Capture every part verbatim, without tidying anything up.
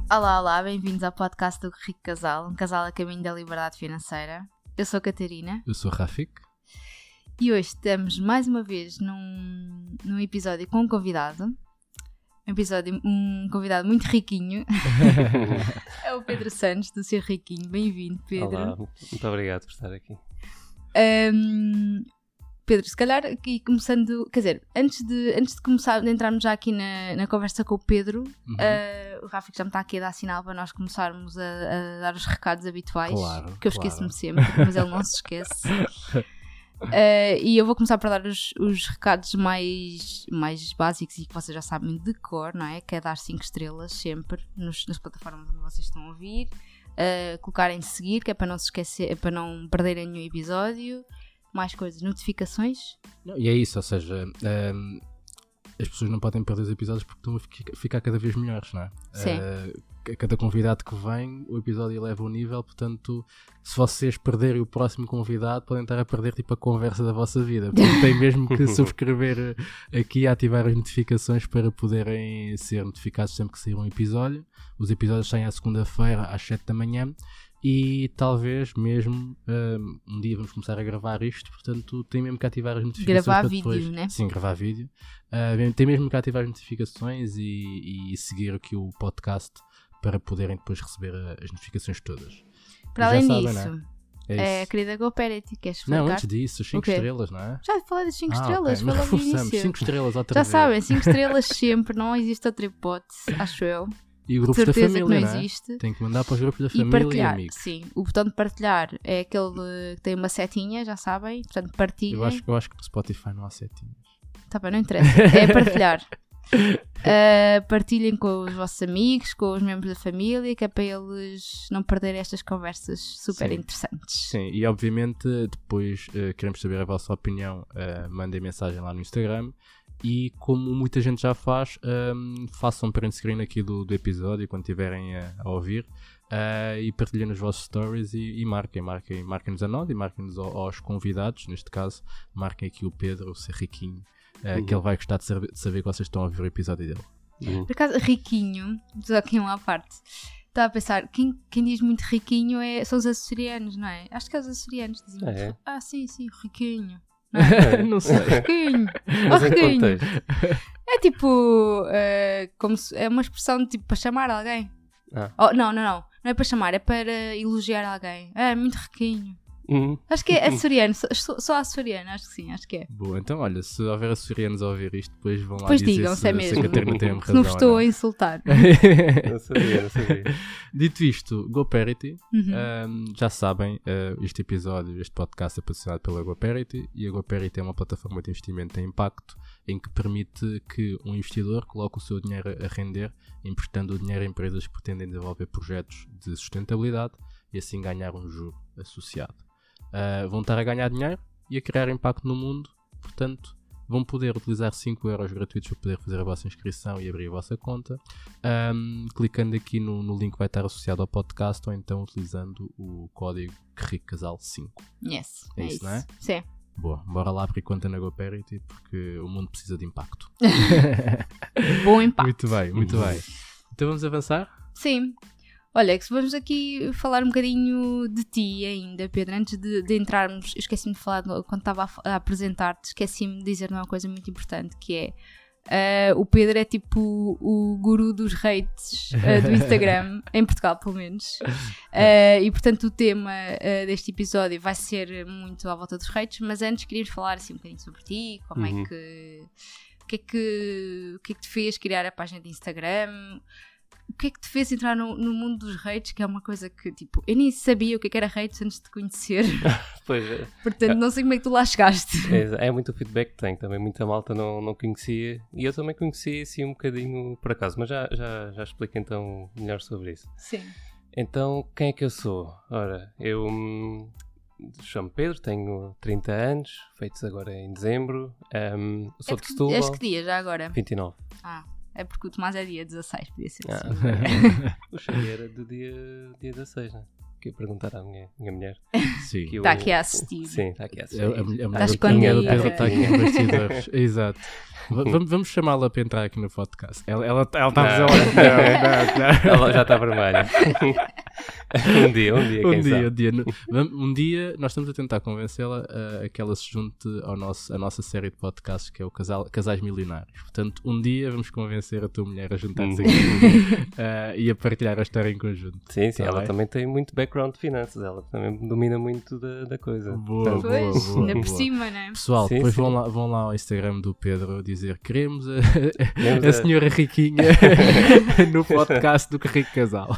Olá, olá, bem-vindos ao podcast do Rico Casal, um casal a caminho da liberdade financeira. Eu sou a Catarina. Eu sou o Rafik. E hoje estamos mais uma vez num, num episódio com um convidado. Um episódio, um convidado muito riquinho. É o Pedro Santos, do Ser Riquinho. Bem-vindo, Pedro. Olá, muito obrigado por estar aqui. Um, Pedro, se calhar aqui começando, quer dizer, antes de, antes de começar, de entrarmos já aqui na, na conversa com o Pedro, uhum. uh, o Rafik já me está aqui a dar sinal para nós começarmos a, a dar os recados habituais, claro, que eu claro. esqueço-me sempre, mas ele não se esquece. Uh, e eu vou começar por dar os, os recados mais, mais básicos e que vocês já sabem de cor, não é? Que é dar cinco estrelas sempre nos, nas plataformas onde vocês estão a ouvir, uh, colocarem seguir, que é para não se esquecer, é para não perderem nenhum episódio. Mais coisas, notificações? Não, e é isso, ou seja, um, as pessoas não podem perder os episódios porque estão a ficar cada vez melhores, não é? Sim. Uh, cada convidado que vem, o episódio eleva o nível, portanto, se vocês perderem o próximo convidado, podem estar a perder tipo a conversa da vossa vida. Portanto, tem mesmo que subscrever aqui e ativar as notificações para poderem ser notificados sempre que sair um episódio. Os episódios saem à segunda-feira às sete da manhã. E talvez mesmo um, um dia vamos começar a gravar isto, portanto tem mesmo que ativar as notificações. Gravar para vídeo, depois... né? Sim, gravar vídeo. Uh, tem mesmo que ativar as notificações e, e seguir aqui o podcast para poderem depois receber as notificações todas. Para além sabem, disso, não é? É, a querida GoParity, queres explicar? Não, antes disso, cinco okay. estrelas, não é? Já falei das cinco ah, estrelas, okay. falou no início. cinco estrelas outra Já vez. sabem, cinco estrelas sempre, não existe outra hipótese, acho eu. E o grupo da família, que não, não é? existe. Tem que mandar para os grupos da e família partilhar, e amigos. Sim, o botão de partilhar é aquele que tem uma setinha, já sabem, portanto partilhem. Eu acho, eu acho que no Spotify não há setinhas. Tá bem, não interessa, é partilhar. uh, partilhem com os vossos amigos, com os membros da família, que é para eles não perderem estas conversas super Sim. interessantes. Sim, e obviamente depois uh, queremos saber a vossa opinião, uh, mandem mensagem lá no Instagram. E como muita gente já faz, um, façam um print screen aqui do, do episódio quando estiverem a, a ouvir uh, e partilhem nos vossos stories e, e marquem, marquem, marquem-nos a nós e marquem-nos ao, aos convidados, neste caso, marquem aqui o Pedro, o Ser Riquinho, uh, uhum. que ele vai gostar de saber, de saber que vocês estão a ouvir o episódio dele. Uhum. Por acaso, riquinho, só aqui uma à parte, estava a pensar, quem, quem diz muito riquinho é, são os açorianos, não é? Acho que é os açorianos dizem ah, é? ah, sim, sim, riquinho. Não, é? Não sei. Riquinho. Oh, riquinho. É tipo, uh, como se, é uma expressão tipo para chamar alguém. Ah. Oh, não, não, não. Não é para chamar, é para elogiar alguém. É muito riquinho. Uhum. Acho que é açoriano, só, só açoriano, acho que sim, acho que é. Boa, então olha, se houver açorianos a ouvir isto, depois vão depois lá dizer digam, se, se é mesmo. se a Catarina tem razão. Se não vos estou a insultar. Não sabia, não sabia. Dito isto, GoParity, uhum. um, já sabem, uh, este episódio, este podcast é patrocinado pela GoParity e a GoParity é uma plataforma de investimento em impacto em que permite que um investidor coloque o seu dinheiro a render, emprestando o dinheiro a empresas que pretendem desenvolver projetos de sustentabilidade e assim ganhar um juro associado. Uh, vão estar a ganhar dinheiro e a criar impacto no mundo, portanto vão poder utilizar cinco euros gratuitos para poder fazer a vossa inscrição e abrir a vossa conta, um, clicando aqui no, no link que vai estar associado ao podcast ou então utilizando o código RICOCASAL cinco. Yes, é, é isso, isso, não é? Sim. Boa, bora lá abrir conta na GoParity porque o mundo precisa de impacto. Bom impacto. Muito bem, muito uhum. bem. Então vamos avançar? Sim. Olha, que vamos aqui falar um bocadinho de ti ainda, Pedro. Antes de, de entrarmos, eu esqueci-me de falar quando estava a, a apresentar-te, esqueci-me de dizer uma coisa muito importante, que é uh, o Pedro é tipo o, o guru dos hates uh, do Instagram, em Portugal pelo menos. Uh, e portanto o tema uh, deste episódio vai ser muito à volta dos hates, mas antes queríamos falar assim um bocadinho sobre ti, como uhum. é que... O que é que, o que é que te fez criar a página de Instagram? O que é que te fez entrar no, no mundo dos hates, que é uma coisa que, tipo, eu nem sabia o que, é que era hates antes de te conhecer. Pois é. Portanto, não sei como é que tu lá chegaste. É, é muito o feedback que tenho, também muita malta não, não conhecia, e eu também conheci assim um bocadinho por acaso, mas já, já, já explico então melhor sobre isso. Sim. Então, quem é que eu sou? Ora, eu hum, chamo Pedro, tenho trinta anos, feitos agora em dezembro, um, sou é de Setúbal. És que dia já agora? vinte e nove. Ah. É porque o Tomás é dia dezasseis, podia ser assim. Ah, o Xavier era do dia, dia dezasseis, não é? Que eu perguntar à minha, minha mulher. Sim. Está eu... tá aqui a assistir. Sim, está aqui a assistir. A, a, a, está escondida. Pedro está aqui em bastidores. Exato. vamos, vamos chamá-la para entrar aqui no podcast. Ela ela está ela, ela, Não. não, não, não. Ela já está vermelha. um dia, um dia, Um quem dia, sabe. um dia, no- vamos- um dia nós estamos a tentar convencê-la a, a que ela se junte ao nosso, à nossa série de podcasts que é o Casal, Casais Milionários. Portanto, um dia vamos convencer a tua mulher a juntar-se aqui uh, e a partilhar a história em conjunto. Sim, sim, Tá ela bem? também tem muito background de finanças, ela também domina muito da, da coisa. Boa, Portanto, boa, Pois, boa, ainda por boa. cima, né? Pessoal, Sim, depois sim. Vão, lá, vão lá ao Instagram do Pedro dizer queremos a, Queremos a a- senhora riquinha no podcast do Carrico Casal.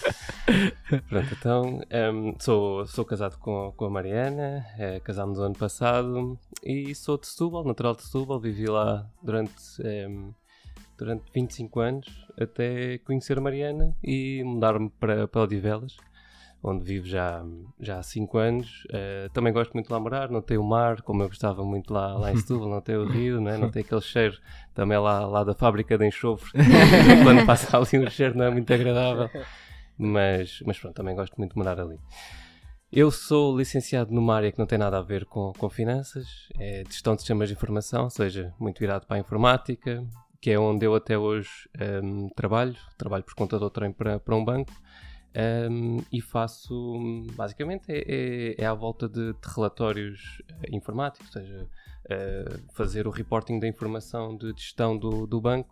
Pronto, então hum, sou, sou casado com, com a Mariana, eh, casámos ano passado e sou de Setúbal, natural de Setúbal, vivi lá durante, hum, durante vinte e cinco anos até conhecer a Mariana e mudar-me para, para Odivelas, onde vivo já, já há cinco anos. Eh, também gosto muito de lá morar, não tem o mar, como eu gostava muito lá, lá em Setúbal, não tem o rio, né? Não tem aquele cheiro também lá, lá da fábrica de enxofre, quando passa ali um cheiro não é muito agradável. Mas, mas pronto, também gosto muito de morar ali. Eu sou licenciado numa área que não tem nada a ver com, com finanças, é de gestão de sistemas de informação, ou seja, muito virado para a informática, que é onde eu até hoje hum, trabalho, trabalho por conta de outrem para, para um banco, hum, e faço, basicamente, é, é, é à volta de, de relatórios eh, informáticos, ou seja, eh, fazer o reporting da informação de gestão do, do banco.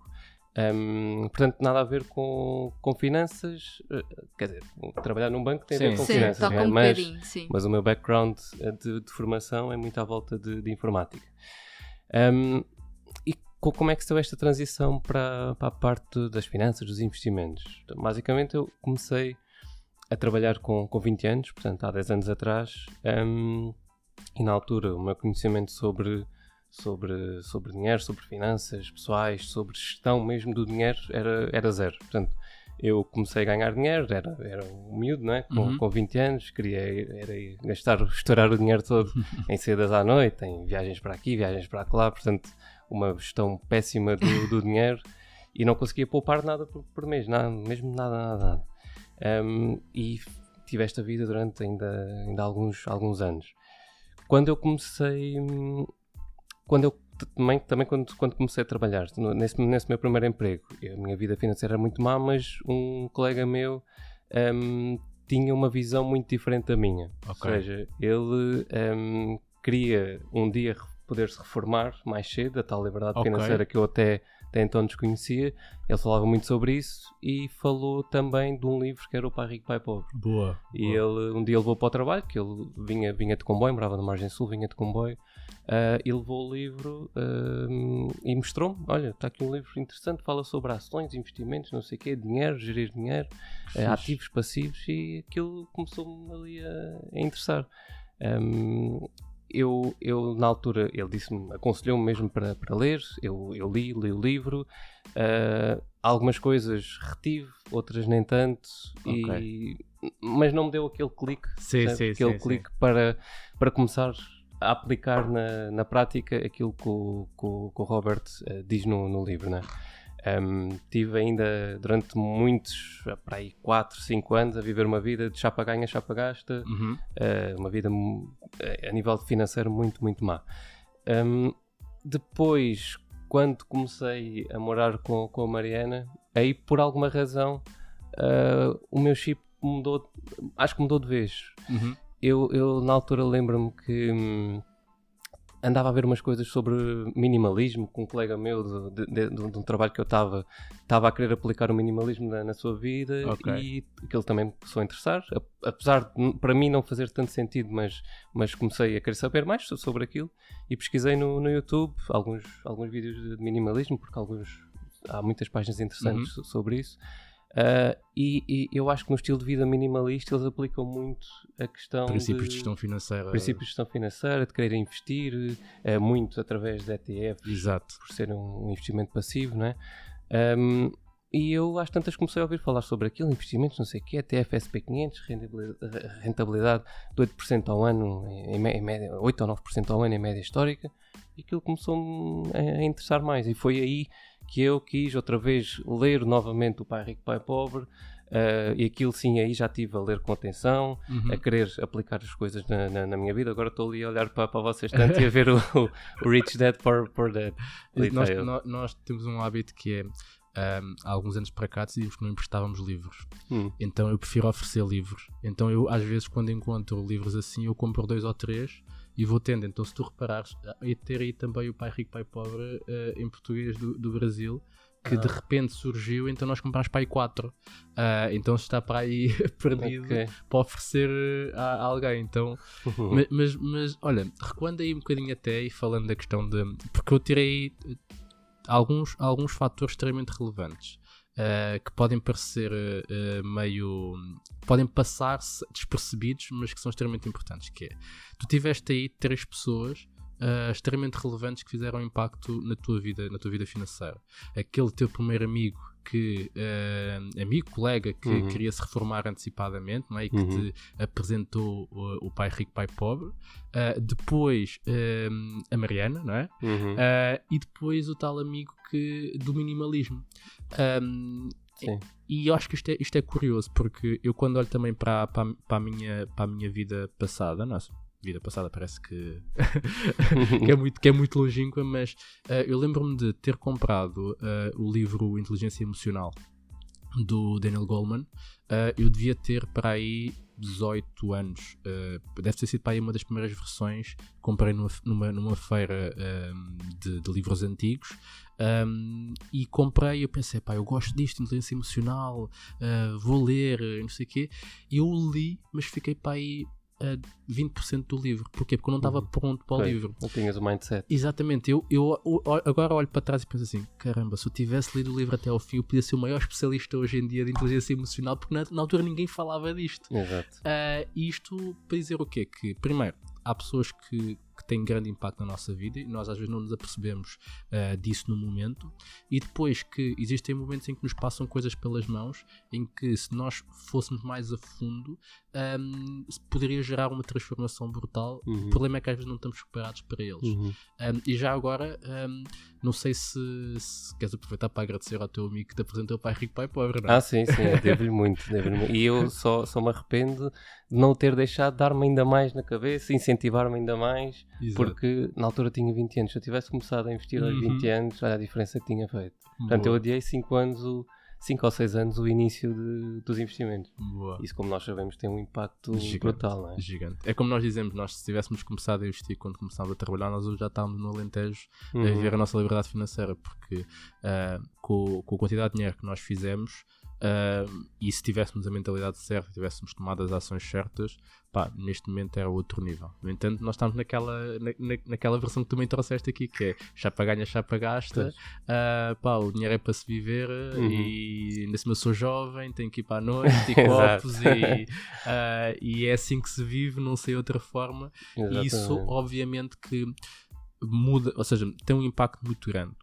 Um, portanto, nada a ver com, com finanças, uh, quer dizer, trabalhar num banco tem a ver Sim, com Sim, finanças, toca não é? um mas, bocadinho, sim. mas o meu background uh, de, de formação é muito à volta de, de informática. Um, e co- como é que se deu esta transição para, para a parte das finanças, dos investimentos? Então, basicamente, eu comecei a trabalhar com, com vinte anos, portanto, há dez anos atrás, um, e na altura o meu conhecimento sobre Sobre, sobre dinheiro, sobre finanças pessoais, sobre gestão mesmo do dinheiro, era, era zero. Portanto, eu comecei a ganhar dinheiro, era, era um miúdo, não é? Com, Uhum. com vinte anos, queria era ir gastar, estourar o dinheiro todo em saídas à noite, em viagens para aqui, viagens para lá, portanto, uma gestão péssima do, do dinheiro e não conseguia poupar nada por, por mês, nada, mesmo nada, nada, nada. Um, e tive esta vida durante ainda, ainda alguns, alguns anos. Quando eu comecei... Quando eu também, também quando, quando comecei a trabalhar nesse, nesse meu primeiro emprego, eu, a minha vida financeira era muito má, mas um colega meu um, tinha uma visão muito diferente da minha. Ok. Ou seja, ele um, queria um dia poder se reformar mais cedo, a tal liberdade Ok. financeira que eu até, até então desconhecia. Ele falava muito sobre isso e falou também de um livro que era o Pai Rico, Pai Pobre. Boa. E boa. ele um dia levou para o trabalho, que ele vinha, vinha de comboio, morava na Margem Sul, vinha de comboio, uh, e levou o livro uh, e mostrou-me, olha, está aqui um livro interessante, fala sobre ações, investimentos, não sei o quê, dinheiro, gerir dinheiro, uh, ativos, passivos, e aquilo começou-me ali a, a interessar. Um, eu, eu, na altura, ele disse-me, aconselhou-me mesmo para, para ler, eu, eu li, li o livro, uh, algumas coisas retive, outras nem tanto, e, mas não me deu aquele clique, Sim, sabe? sim, aquele sim, sim. clique para, para começar a aplicar na, na prática aquilo que o, que o, que o Robert uh, diz no, no livro, né? Um, tive ainda durante muitos, para aí quatro, cinco anos a viver uma vida de chapa ganha, chapa gasta, Uhum. uh, uma vida mu- a nível financeiro muito, muito má. Um, depois, quando comecei a morar com, com a Mariana, aí por alguma razão uh, o meu chip mudou, acho que mudou de vez. Uhum. Eu, eu na altura lembro-me que hum, andava a ver umas coisas sobre minimalismo com um colega meu de, de, de, de um trabalho que eu estava estava a querer aplicar o minimalismo na, na sua vida, Ok. e aquilo também me começou a interessar, a- apesar de para mim não fazer tanto sentido, mas, mas comecei a querer saber mais so- sobre aquilo e pesquisei no, no YouTube alguns, alguns vídeos de minimalismo, porque alguns, há muitas páginas interessantes so- sobre isso. Uh, e, e eu acho que no estilo de vida minimalista eles aplicam muito a questão Princípios de de gestão financeira. princípios de gestão financeira, de querer investir, uh, muito através de E T Fs, Exato. por ser um, um investimento passivo, não é? Um, e eu às tantas comecei a ouvir falar sobre aquilo, investimentos, não sei o quê, E T F S P quinhentos, rentabilidade, rentabilidade de oito por cento ao ano, em, em média, oito ou nove por cento ao ano em média histórica, e aquilo começou-me a, a interessar mais, e foi aí que eu quis outra vez ler novamente o Pai Rico, Pai Pobre, Uh, e aquilo sim, aí já estive a ler com atenção, Uhum. a querer aplicar as coisas na, na, na minha vida. Agora estou ali a olhar para, para vocês tanto e a ver o, o Rich Dad Poor, Poor Dad. Nós, Detail. nó- nós temos um hábito que é, um, há alguns anos para cá decidimos que não emprestávamos livros. Hum. Então eu prefiro oferecer livros. Então eu, às vezes, quando encontro livros assim, eu compro dois ou três e vou tendo. Então, se tu reparares, e ter aí também o Pai Rico, Pai Pobre uh, em português do, do Brasil, que ah. de repente surgiu, então nós compramos para aí quatro. Uh, então está para aí perdido Okay. para oferecer a, a alguém. Então, Uhum. mas, mas, mas, olha, recuando aí um bocadinho até e falando da questão de. Porque eu tirei alguns, alguns fatores extremamente relevantes. Uh, que podem parecer uh, meio. podem passar-se despercebidos, mas que são extremamente importantes. Que é, tu tiveste aí três pessoas uh, extremamente relevantes que fizeram impacto na tua vida, na tua vida financeira. Aquele teu primeiro amigo que uh, amigo, colega que uhum. queria se reformar antecipadamente, não é? E que uhum. te apresentou o, o Pai Rico, Pai Pobre. Uh, depois uh, a Mariana, não é? Uhum. Uh, e depois o tal amigo que, do minimalismo. Um, Sim. E, e eu acho que isto é, isto é curioso, porque eu quando olho também para, para, para, a, minha, para a minha vida passada, nossa, vida passada parece que, que, é, muito, que é muito longínqua, mas uh, eu lembro-me de ter comprado uh, o livro Inteligência Emocional do Daniel Goleman. Uh, eu devia ter para aí dezoito anos, uh, deve ter sido para aí uma das primeiras versões. Comprei numa, numa, numa feira um, de, de livros antigos. Um, e comprei e eu pensei, pá, eu gosto disto, inteligência emocional, uh, vou ler, não sei o quê. E eu li, mas fiquei para aí a vinte por cento do livro. Porquê? Porque eu não estava uhum. pronto para okay. o livro. Não tinhas o mindset. Exatamente. Eu, eu, eu agora olho para trás e penso assim, caramba, se eu tivesse lido o livro até ao fim, eu podia ser o maior especialista hoje em dia de inteligência emocional, porque na, na altura ninguém falava disto. Exato. Uh, e isto para dizer o quê? Que, primeiro, há pessoas que, que têm grande impacto na nossa vida e nós às vezes não nos apercebemos uh, disso no momento, e depois que existem momentos em que nos passam coisas pelas mãos, em que se nós fôssemos mais a fundo um, poderia gerar uma transformação brutal. Uhum. O problema é que às vezes não estamos preparados para eles. Uhum. Um, e já agora um, não sei se, se queres aproveitar para agradecer ao teu amigo que te apresentou o Pai Rico, Pai Pobre, não é? Ah, sim, sim, devo-lhe muito, devo-lhe muito. E eu só, só me arrependo de não ter deixado dar-me ainda mais na cabeça, incentivar-me ainda mais. Exato. Porque na altura tinha vinte anos. Se eu tivesse começado a investir aos uhum. vinte anos, olha a diferença que tinha feito. Boa. Portanto, eu adiei cinco anos, cinco ou seis anos o início de, dos investimentos. Boa. Isso, como nós sabemos, tem um impacto gigante, brutal, não é? Gigante. É como nós dizemos, nós se tivéssemos começado a investir quando começámos a trabalhar, nós já estávamos no Alentejo uhum. a viver a nossa liberdade financeira, porque uh, com, com a quantidade de dinheiro que nós fizemos, Uh, e se tivéssemos a mentalidade certa, tivéssemos tomado as ações certas, pá, neste momento era outro nível. No entanto, nós estamos naquela, na, naquela versão que tu me trouxeste aqui, que é chapa ganha, chapa gasta, uh, pá, o dinheiro é para se viver uhum. e ainda assim eu sou jovem, tenho que ir para a noite e copos e, uh, e é assim que se vive, não sei outra forma. Exatamente. E isso obviamente que muda, ou seja, tem um impacto muito grande.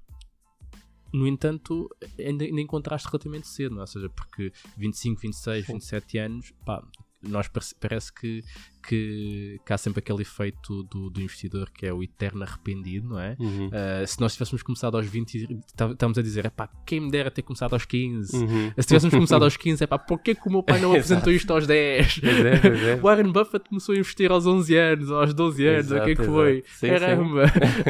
No entanto, ainda, ainda encontraste relativamente cedo, não é? Ou seja, porque vinte e cinco, vinte e seis, vinte e sete anos, pá, nós parece, parece que, que, que há sempre aquele efeito do, do investidor que é o eterno arrependido, não é? Uhum. Uh, se nós tivéssemos começado aos vinte, estamos a dizer, é pá, quem me dera ter começado aos quinze. Uhum. Se tivéssemos começado aos quinze, é pá, porquê que o meu pai não apresentou isto aos dez? É, é. Warren Buffett começou a investir aos onze anos, aos doze anos, exato, o que é que foi? Sim, caramba!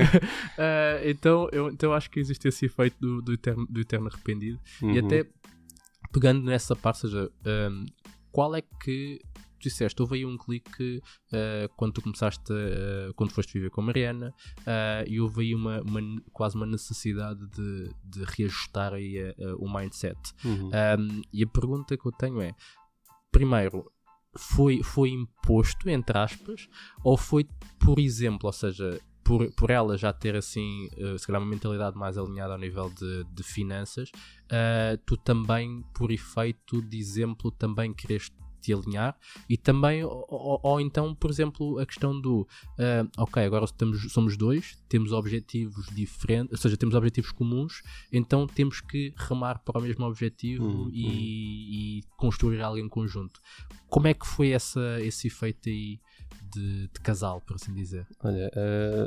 uh, então, eu, então eu acho que existe esse efeito do, do, eterno, do eterno arrependido. Uhum. E até pegando nessa parte, seja, um, qual é que tu disseste, houve aí um clique uh, quando tu começaste, uh, quando foste viver com a Mariana, uh, e houve aí uma, uma, quase uma necessidade de, de reajustar aí a, a, o mindset. Uhum. Um, e a pergunta que eu tenho é, primeiro, foi, foi imposto, entre aspas, ou foi por exemplo, ou seja, por, por ela já ter assim, uh, se calhar uma mentalidade mais alinhada ao nível de, de finanças, uh, tu também, por efeito de exemplo, também quereste te alinhar e também, ou, ou, ou então, por exemplo, a questão do uh, ok, agora estamos, somos dois, temos objetivos diferentes, ou seja, temos objetivos comuns, então temos que remar para o mesmo objetivo uhum. e, e construir algo em conjunto. Como é que foi essa, esse efeito aí de, de casal, por assim dizer? Olha, uh,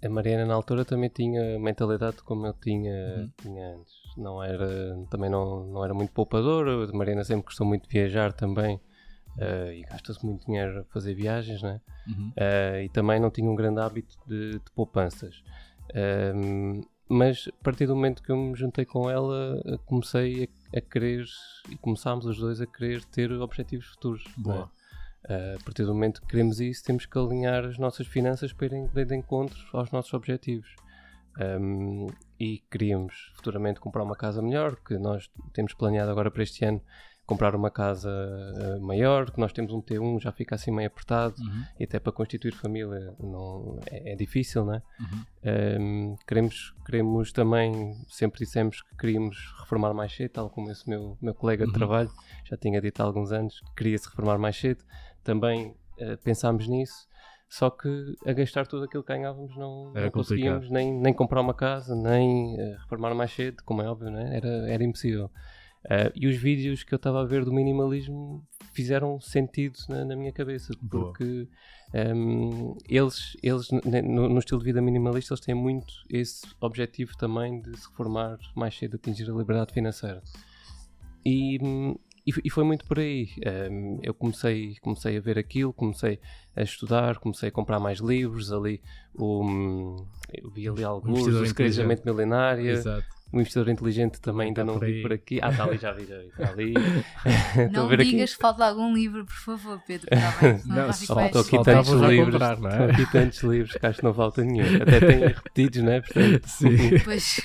a Mariana na altura também tinha mentalidade como eu tinha, uhum. tinha antes. Não era, também não, não era muito poupadora. A Mariana sempre gostou muito de viajar também. Uh, e gasta-se muito dinheiro a fazer viagens, né? Uhum. Uh, e também não tinha um grande hábito de, de poupanças. Uh, mas a partir do momento que eu me juntei com ela, comecei a, a querer, e começámos os dois a querer ter objetivos futuros. Boa. Né? Uh, a partir do momento que queremos isso, temos que alinhar as nossas finanças para irem de encontro aos nossos objetivos. Um, e queríamos futuramente comprar uma casa melhor, que nós temos planeado agora para este ano comprar uma casa uh, maior, que nós temos um T um, já fica assim meio apertado, uhum. e até para constituir família não, é, é difícil, né? Uhum. Um, queremos, queremos também, sempre dissemos que queríamos reformar mais cedo, tal como esse meu, meu colega uhum. de trabalho, já tinha dito há alguns anos que queria se reformar mais cedo, também uh, pensámos nisso, só que a gastar tudo aquilo que ganhávamos não, não conseguíamos nem, nem comprar uma casa, nem uh, reformar mais cedo, como é óbvio, né? era, era impossível. Uh, e os vídeos que eu estava a ver do minimalismo fizeram sentido na, na minha cabeça, porque um, eles, eles no, no estilo de vida minimalista, eles têm muito esse objetivo também de se reformar mais cedo, atingir a liberdade financeira. E, e, e foi muito por aí. Um, eu comecei, comecei a ver aquilo, comecei a estudar, comecei a comprar mais livros ali. Um, eu vi ali alguns, o Secretamente Milionária. Exato. O Investidor Inteligente também, também ainda não vi por aqui. Ah, está ali, já vi, já vi. Está ali. Não digas que falta algum livro, por favor, Pedro. Tá bem, não, só faltam aqui tantos livros. Comprar, não é? Aqui tantos livros que acho que não falta nenhum. Até tem repetidos, não é? Portanto, sim. Pois.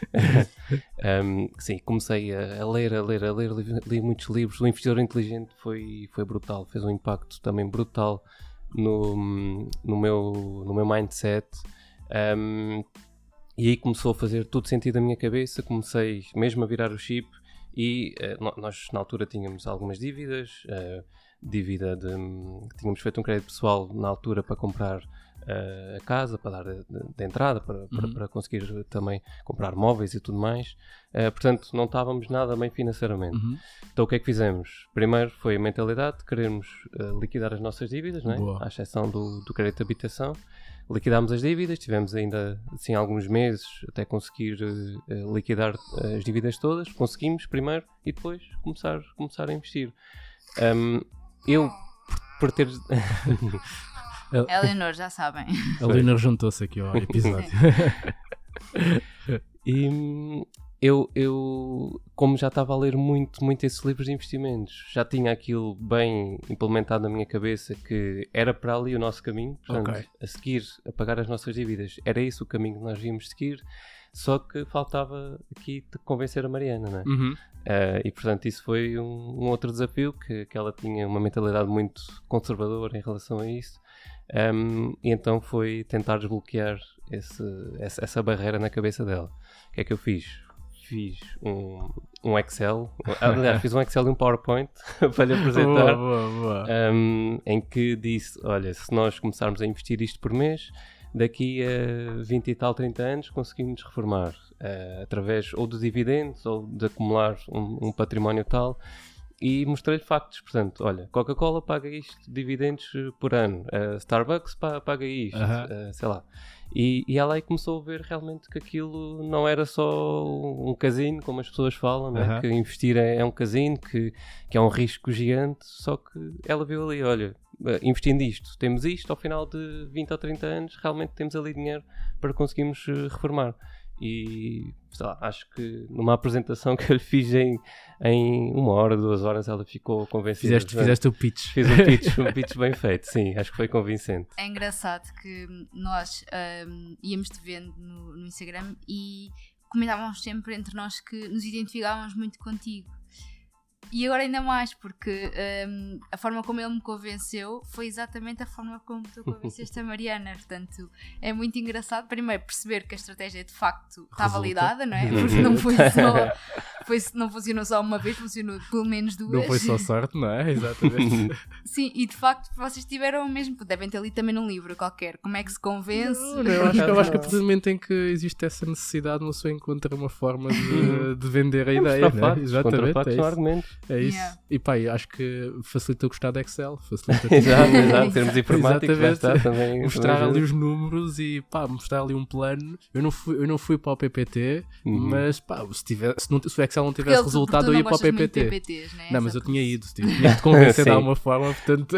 um, sim, comecei a, a ler, a ler, a ler. Li, li muitos livros. O Investidor Inteligente foi, foi brutal. Fez um impacto também brutal no, no, meu, no meu mindset. Um, E aí começou a fazer todo sentido na minha cabeça, comecei mesmo a virar o chip e uh, nós na altura tínhamos algumas dívidas, uh, dívida de... tínhamos feito um crédito pessoal na altura para comprar uh, a casa, para dar de, de entrada, para, para, uhum. para conseguir também comprar móveis e tudo mais, uh, portanto não estávamos nada bem financeiramente. Uhum. Então o que é que fizemos? Primeiro foi a mentalidade de querermos uh, liquidar as nossas dívidas, não é? À exceção do, do crédito de habitação. Liquidámos as dívidas, tivemos ainda assim alguns meses até conseguir uh, liquidar as dívidas todas, conseguimos primeiro e depois começar, começar a investir. Um, eu, por ter... Eleanor, já sabem. A Eleanor juntou-se aqui ao episódio. E eu, eu, como já estava a ler muito, muito esses livros de investimentos, já tinha aquilo bem implementado na minha cabeça que era para ali o nosso caminho, portanto, okay. a seguir, a pagar as nossas dívidas, era esse o caminho que nós íamos seguir, só que faltava aqui de convencer a Mariana, não é? Uhum. Uh, e portanto isso foi um, um outro desafio, que, que ela tinha uma mentalidade muito conservadora em relação a isso, um, e então foi tentar desbloquear esse, essa, essa barreira na cabeça dela. O que é que eu fiz? Fiz um, um Excel, aliás, fiz um Excel e um PowerPoint para lhe apresentar, boa, boa, boa. Um, em que disse, olha, se nós começarmos a investir isto por mês, daqui a vinte e tal, trinta anos conseguimos reformar, uh, através ou de dividendos ou de acumular um, um património tal, e mostrei-lhe factos, portanto, olha, Coca-Cola paga isto, dividendos por ano, uh, Starbucks paga isto, uh-huh. uh, sei lá. E, e ela aí começou a ver realmente que aquilo não era só um casino, como as pessoas falam, né? Uh-huh. Que investir é, é um casino, que, que é um risco gigante, só que ela viu ali, olha, investindo isto, temos isto, ao final de vinte ou trinta anos, realmente temos ali dinheiro para conseguirmos reformar. E sei lá, acho que numa apresentação que eu lhe fiz em, em uma hora, duas horas, ela ficou convencida. Fizeste, fizeste o pitch. Fiz um pitch, um pitch bem feito, sim, acho que foi convincente. É engraçado que nós um, íamos te vendo no, no Instagram e comentávamos sempre entre nós que nos identificávamos muito contigo. E agora ainda mais, porque um, a forma como ele me convenceu foi exatamente a forma como tu convenceste a Mariana. Portanto, é muito engraçado, primeiro, perceber que a estratégia de facto está validada, não é? Porque não foi só foi, não funcionou só uma vez, funcionou pelo menos duas. Não foi só sorte, não é? Exatamente. Sim, e de facto vocês tiveram mesmo, devem ter lido também num livro qualquer, como é que se convence. Não, não, eu, acho, eu acho que a partir do momento em que existe essa necessidade, uma pessoa encontra uma forma de, de vender a ideia, né? Factos, exatamente, factos, é isso. argumentos. É isso. Yeah. E pá, eu acho que facilita gostar de Excel, facilita Exato, exato, termos informáticos, já está também. Mostrar também ali os números e pá, mostrar ali um plano. Eu não fui, eu não fui para o P P T, Uhum. mas pá, se, tiver, se, não, se o Excel não Porque tivesse ele- resultado, porque tu eu ia não para o P P gostas T. muito de P P Ts, né? Não, mas Essa eu tinha coisa. ido, tinha tinha de te convencer de Sim. alguma forma, portanto.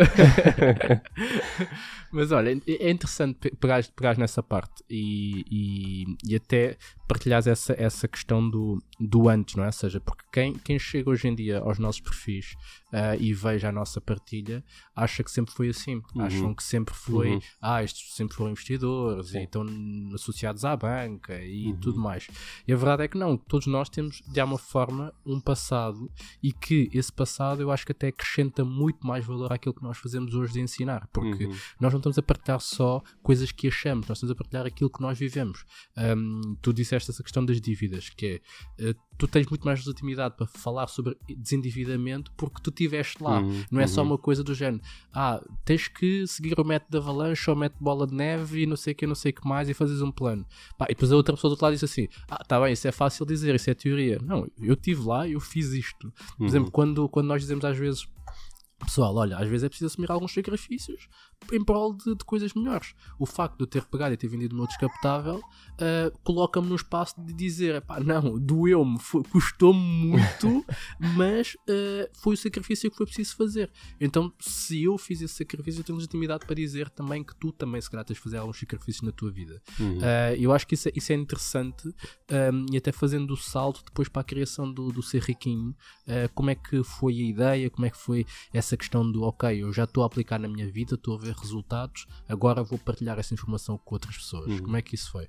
Mas olha, é interessante pe- pegares, pegares nessa parte e, e, e até partilhares essa, essa questão do, do antes, não é? Ou seja, porque quem, quem chega hoje em dia aos nossos perfis uh, e veja a nossa partilha, acha que sempre foi assim. Uhum. Acham que sempre foi, Uhum. ah, estes sempre foram investidores Sim. e estão associados à banca e Uhum. tudo mais. E a verdade é que não, todos nós temos de alguma forma um passado e que esse passado eu acho que até acrescenta muito mais valor àquilo que nós fazemos hoje de ensinar, porque Uhum. nós não estamos a partilhar só coisas que achamos, nós estamos a partilhar aquilo que nós vivemos. Um, tu disseste essa questão das dívidas, que é, uh, tu tens muito mais legitimidade para falar sobre desendividamento porque tu estiveste lá. Uhum. Não é só Uhum. uma coisa do género, ah, tens que seguir o método da avalanche ou o método bola de neve e não sei o que, não sei o que mais e fazes um plano. Pá, e depois a outra pessoa do outro lado diz assim, ah, tá bem, isso é fácil dizer, isso é teoria. Não, eu estive lá, eu fiz isto. Por Uhum. exemplo, quando, quando nós dizemos às vezes, pessoal, olha, às vezes é preciso assumir alguns sacrifícios em prol de, de coisas melhores. O facto de eu ter pegado e ter vendido o meu descapotável uh, coloca-me no espaço de dizer, pá, não, doeu-me, foi- custou-me muito, mas uh, foi o sacrifício que foi preciso fazer. Então, se eu fiz esse sacrifício, eu tenho legitimidade para dizer também que tu também, se calhar, tens de fazer alguns sacrifícios na tua vida. Uhum. Uh, eu acho que isso é, isso é interessante um, e até fazendo o salto depois para a criação do, do Ser Riquinho, uh, como é que foi a ideia, como é que foi essa questão do ok, eu já estou a aplicar na minha vida, estou a ver resultados, agora vou partilhar essa informação com outras pessoas. Uhum. Como é que isso foi?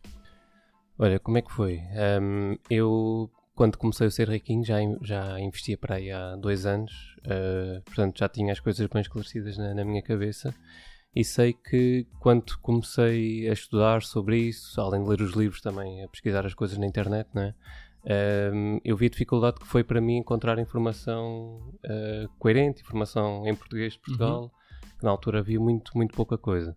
Olha, como é que foi? Um, eu, quando comecei a Ser Riquinho, já, in- já investia para aí há dois anos, uh, portanto já tinha as coisas bem esclarecidas na, na minha cabeça e sei que quando comecei a estudar sobre isso, além de ler os livros também, a pesquisar as coisas na internet, não é? Um, eu vi a dificuldade que foi para mim encontrar informação uh, coerente, informação em português de Portugal, que na altura havia muito, muito pouca coisa.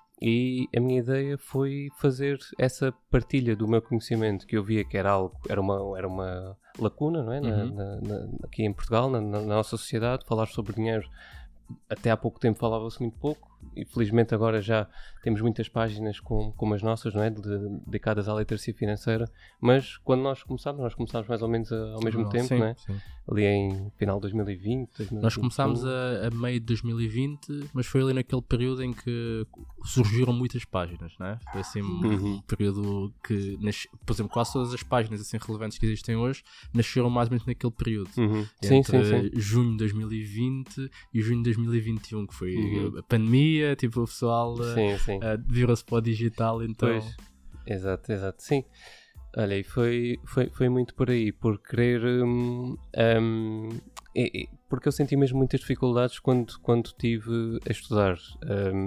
E a minha ideia foi fazer essa partilha do meu conhecimento, que eu via que era algo, era uma, era uma lacuna, não é? Na- Uhum. na- na- aqui em Portugal, na, na nossa sociedade, falar sobre dinheiro. Até há pouco tempo falava-se muito pouco e felizmente agora já temos muitas páginas com, como as nossas, não é? De- dedicadas à literacia financeira, mas quando nós começámos, nós começámos mais ou menos a- ao mesmo tempo, sim, não é? sim. Ali em final de dois mil e vinte, dois mil e vinte e um. Nós começámos a, a meio de dois mil e vinte, mas foi ali naquele período em que surgiram muitas páginas, não é? Foi assim um, Uhum. um período que, nas- por exemplo, quase todas as páginas assim relevantes que existem hoje nasceram mais ou menos naquele período. Uhum. Sim, Entre sim, sim. junho de dois mil e vinte e junho de dois mil e vinte e um, que foi Uhum. a pandemia, tipo, o pessoal uh, Sim, sim. uh, virou-se para o digital, então... Pois, exato, exato, sim. Olha, e foi, foi, foi muito por aí, por querer. hum, hum, e- e- porque eu senti mesmo muitas dificuldades quando, quando estive a estudar. Hum,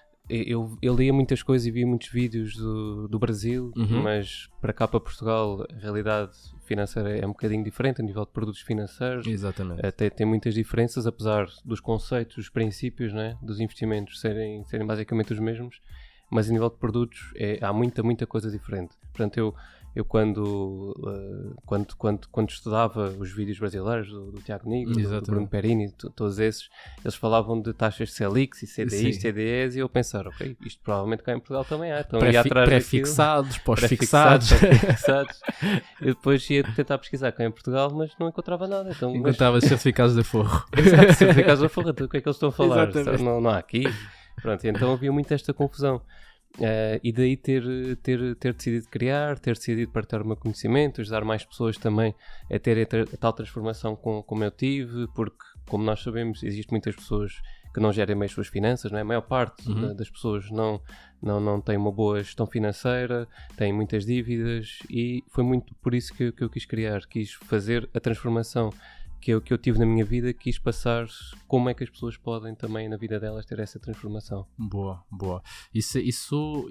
eu, eu lia muitas coisas e via muitos vídeos do, do Brasil, Uhum. mas para cá, para Portugal, a realidade financeira é um bocadinho diferente a nível de produtos financeiros. Exatamente. Eh, tem, tem muitas diferenças, apesar dos conceitos, os princípios, né, dos investimentos serem, serem basicamente os mesmos, mas a nível de produtos é, há muita, muita coisa diferente. Portanto, eu, eu quando, eh, quando, quando, quando estudava os vídeos brasileiros do, do Tiago Nigro, do, do Exatamente. Bruno Perini, to- todos esses, eles falavam de taxas de Selic e C D Is, Sim. C D Es, e eu pensar, ok, isto provavelmente cá em Portugal também há. Então, ia Pré-fi- atrás daquilo. Pré-fixados, pós-fixados. Pré-fixados. E depois ia tentar pesquisar cá em Portugal, mas não encontrava nada. Então, mas- Encontrava certificados de forro. Exato, certificados da forra, então o que é que eles estão a falar? Exatamente. Não, não há aqui. Pronto, então havia muito esta confusão. Eh, e daí ter, ter, ter decidido criar, ter decidido partilhar o meu conhecimento, ajudar mais pessoas também a terem a, tra- a tal transformação com, como eu tive, porque, como nós sabemos, existem muitas pessoas que não gerem bem as suas finanças, não é? A maior parte Uhum. da- das pessoas não, não, não tem uma boa gestão financeira, têm muitas dívidas, e foi muito por isso que, eu- que eu quis criar, quis fazer a transformação que eu, que eu tive na minha vida, quis passar como é que as pessoas podem também na vida delas ter essa transformação. Boa, boa. Isso, isso, isso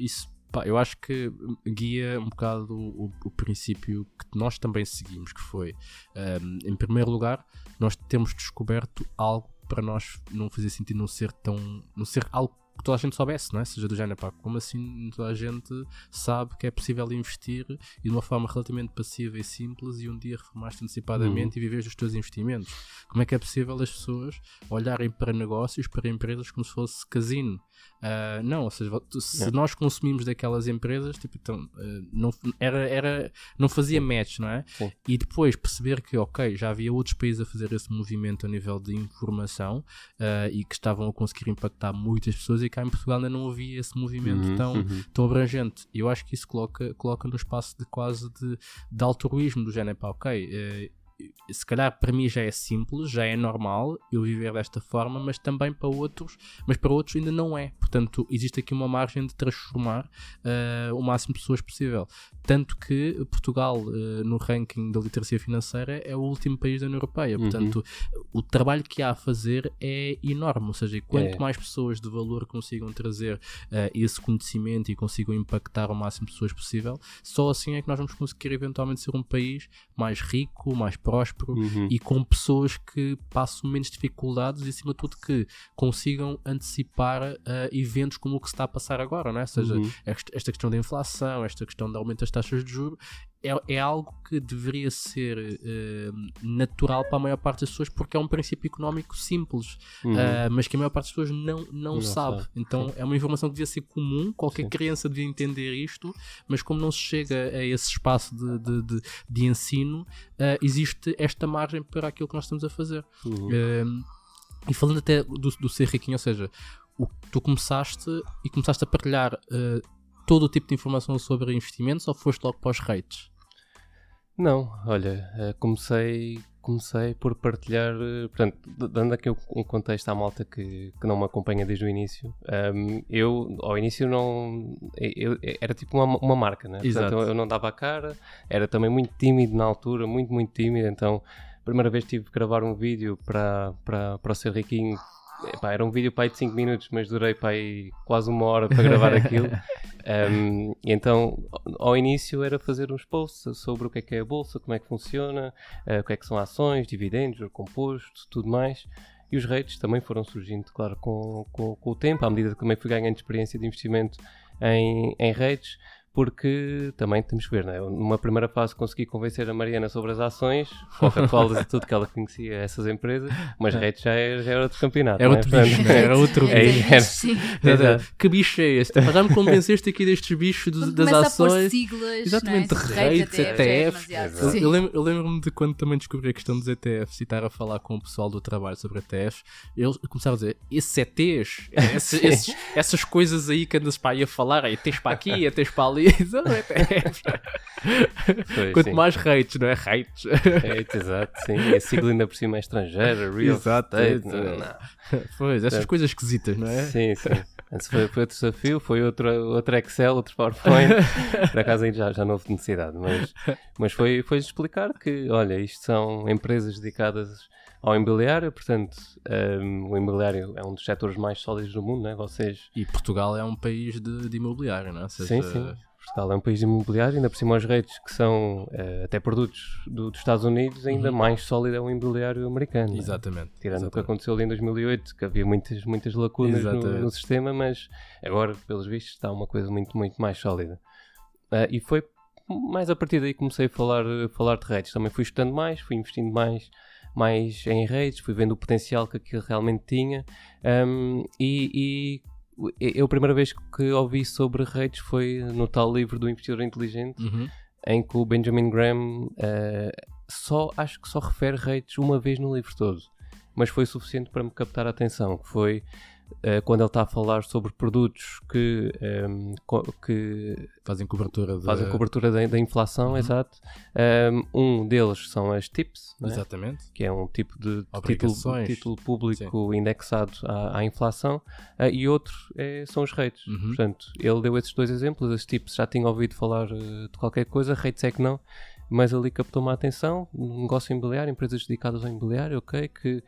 Pá, eu acho que guia um bocado o, o, o princípio que nós também seguimos, que foi, um, em primeiro lugar, nós temos descoberto algo para nós não fazer sentido não ser tão, não ser algo que toda a gente soubesse, não é? Seja do género, pá, como assim toda a gente sabe que é possível investir e de uma forma relativamente passiva e simples e um dia reformar-te antecipadamente uhum. e viver dos teus investimentos? Como é que é possível as pessoas olharem para negócios, para empresas como se fosse casino? Uh, não, ou seja, se é. nós consumimos daquelas empresas, tipo, então, uh, não, era, era, não fazia match, não é? Sim. E depois perceber que, ok, já havia outros países a fazer esse movimento a nível de informação uh, e que estavam a conseguir impactar muitas pessoas e cá em Portugal ainda não havia esse movimento uhum, tão, uhum. tão abrangente. E eu acho que isso coloca, coloca no espaço de quase de, de altruísmo do género, pá, ok, uh, se calhar para mim já é simples, já é normal eu viver desta forma, mas também para outros, mas para outros ainda não é. Portanto, existe aqui uma margem de transformar uh, o máximo de pessoas possível. Tanto que Portugal, uh, no ranking da literacia financeira, é o último país da União Europeia. Portanto, uhum. o trabalho que há a fazer é enorme. Ou seja, quanto é. mais pessoas de valor consigam trazer uh, esse conhecimento e consigam impactar o máximo de pessoas possível, só assim é que nós vamos conseguir eventualmente ser um país mais rico, mais próspero uhum. e com pessoas que passam menos dificuldades e, acima de tudo, que consigam antecipar uh, eventos como o que se está a passar agora, não é? Ou seja, uhum. esta questão da inflação, esta questão do aumento das taxas de juros, é, é algo que deveria ser uh, natural para a maior parte das pessoas, porque é um princípio económico simples, uhum. uh, mas que a maior parte das pessoas não, não, não sabe. sabe. Então, Sim. é uma informação que devia ser comum, qualquer Sim. criança devia entender isto, mas como não se chega a esse espaço de, de, de, de ensino, uh, existe esta margem para aquilo que nós estamos a fazer. Uhum. Uh, e falando até do, do ser riquinho, ou seja, o, tu começaste e começaste a partilhar uh, todo o tipo de informação sobre investimentos ou foste logo para os rates? Não, olha, comecei, comecei por partilhar, portanto, dando aqui um contexto à malta que, que não me acompanha desde o início, um, eu ao início não, eu, era tipo uma, uma marca, né? Portanto, eu, eu não dava a cara, era também muito tímido na altura, muito, muito tímido, então a primeira vez tive que gravar um vídeo para, para, para o Ser Riquinho. Epá, era um vídeo para aí de cinco minutos, mas durei para aí quase uma hora para gravar aquilo. Um, e então, ao início era fazer uns posts sobre o que é que é a bolsa, como é que funciona, uh, o que é que são ações, dividendos, o composto, tudo mais. E os rates também foram surgindo, claro, com, com, com o tempo, à medida que também fui ganhando experiência de investimento em, em rates. Porque também temos que ver, não é? Eu, numa primeira fase consegui convencer a Mariana sobre as ações, Coca-Cola e tudo que ela conhecia essas empresas, mas rates já era, já era outro campeonato. Era outro bicho, não é? Era outro bicho. É, era, era, que bicho é este? Já me convenceste aqui destes bichos do, das ações. A pôr siglas, exatamente, não é? rates, E T Fs. É eu, eu, lembro, eu lembro-me de quando também descobri a questão dos E T Fs e estar a falar com o pessoal do trabalho sobre E T Fs, eles começavam a dizer, esses E Ts, esses, esses, essas coisas aí que andas para aí a falar, E Ts para aqui, E Ts para ali, E T Fs. Foi, quanto sim. mais rates, não é? Rates. Rates, exato, sim. E a sigla ainda por cima é estrangeira, real exato, estate. Não, não. Pois, essas Portanto, coisas esquisitas, não é? Sim, sim. Antes foi, foi outro desafio, foi outro, outro Excel, outro PowerPoint. Por acaso ainda já, já não houve necessidade, mas, mas foi, foi explicar que, olha, isto são empresas dedicadas ao imobiliário, portanto, um, o imobiliário é um dos setores mais sólidos do mundo, não é? Vocês... E Portugal é um país de, de imobiliário, não é? Seja... Sim, sim. Portugal é um país imobiliário, ainda por cima os rates que são uh, até produtos do, dos Estados Unidos, ainda uhum. mais sólido é o imobiliário americano. Exatamente. Tirando exatamente. o que aconteceu ali em dois mil e oito, que havia muitas, muitas lacunas no, no sistema, mas agora, pelos vistos, está uma coisa muito, muito mais sólida. Uh, e foi mais a partir daí que comecei a falar, a falar de rates. Também fui estudando mais, fui investindo mais, mais em rates, fui vendo o potencial que aquilo realmente tinha um, e... e eu a primeira vez que ouvi sobre rates foi no tal livro do Investidor Inteligente, uhum. em que o Benjamin Graham uh, só, acho que só refere rates uma vez no livro todo, mas foi suficiente para me captar a atenção, que foi uh, quando ele está a falar sobre produtos que, um, co- que fazem cobertura, de... fazem cobertura da, da inflação, uhum. exato. Um, um deles são as TIPS, não é? Exatamente. Que é um tipo de título, título público Sim. indexado à, à inflação, uh, e outro é, são os rates. Uhum. Portanto, ele deu esses dois exemplos. As TIPS já tinham ouvido falar uh, de qualquer coisa, rates é que não. mas ali captou-me a atenção, um negócio imobiliário, empresas dedicadas ao imobiliário, ok, que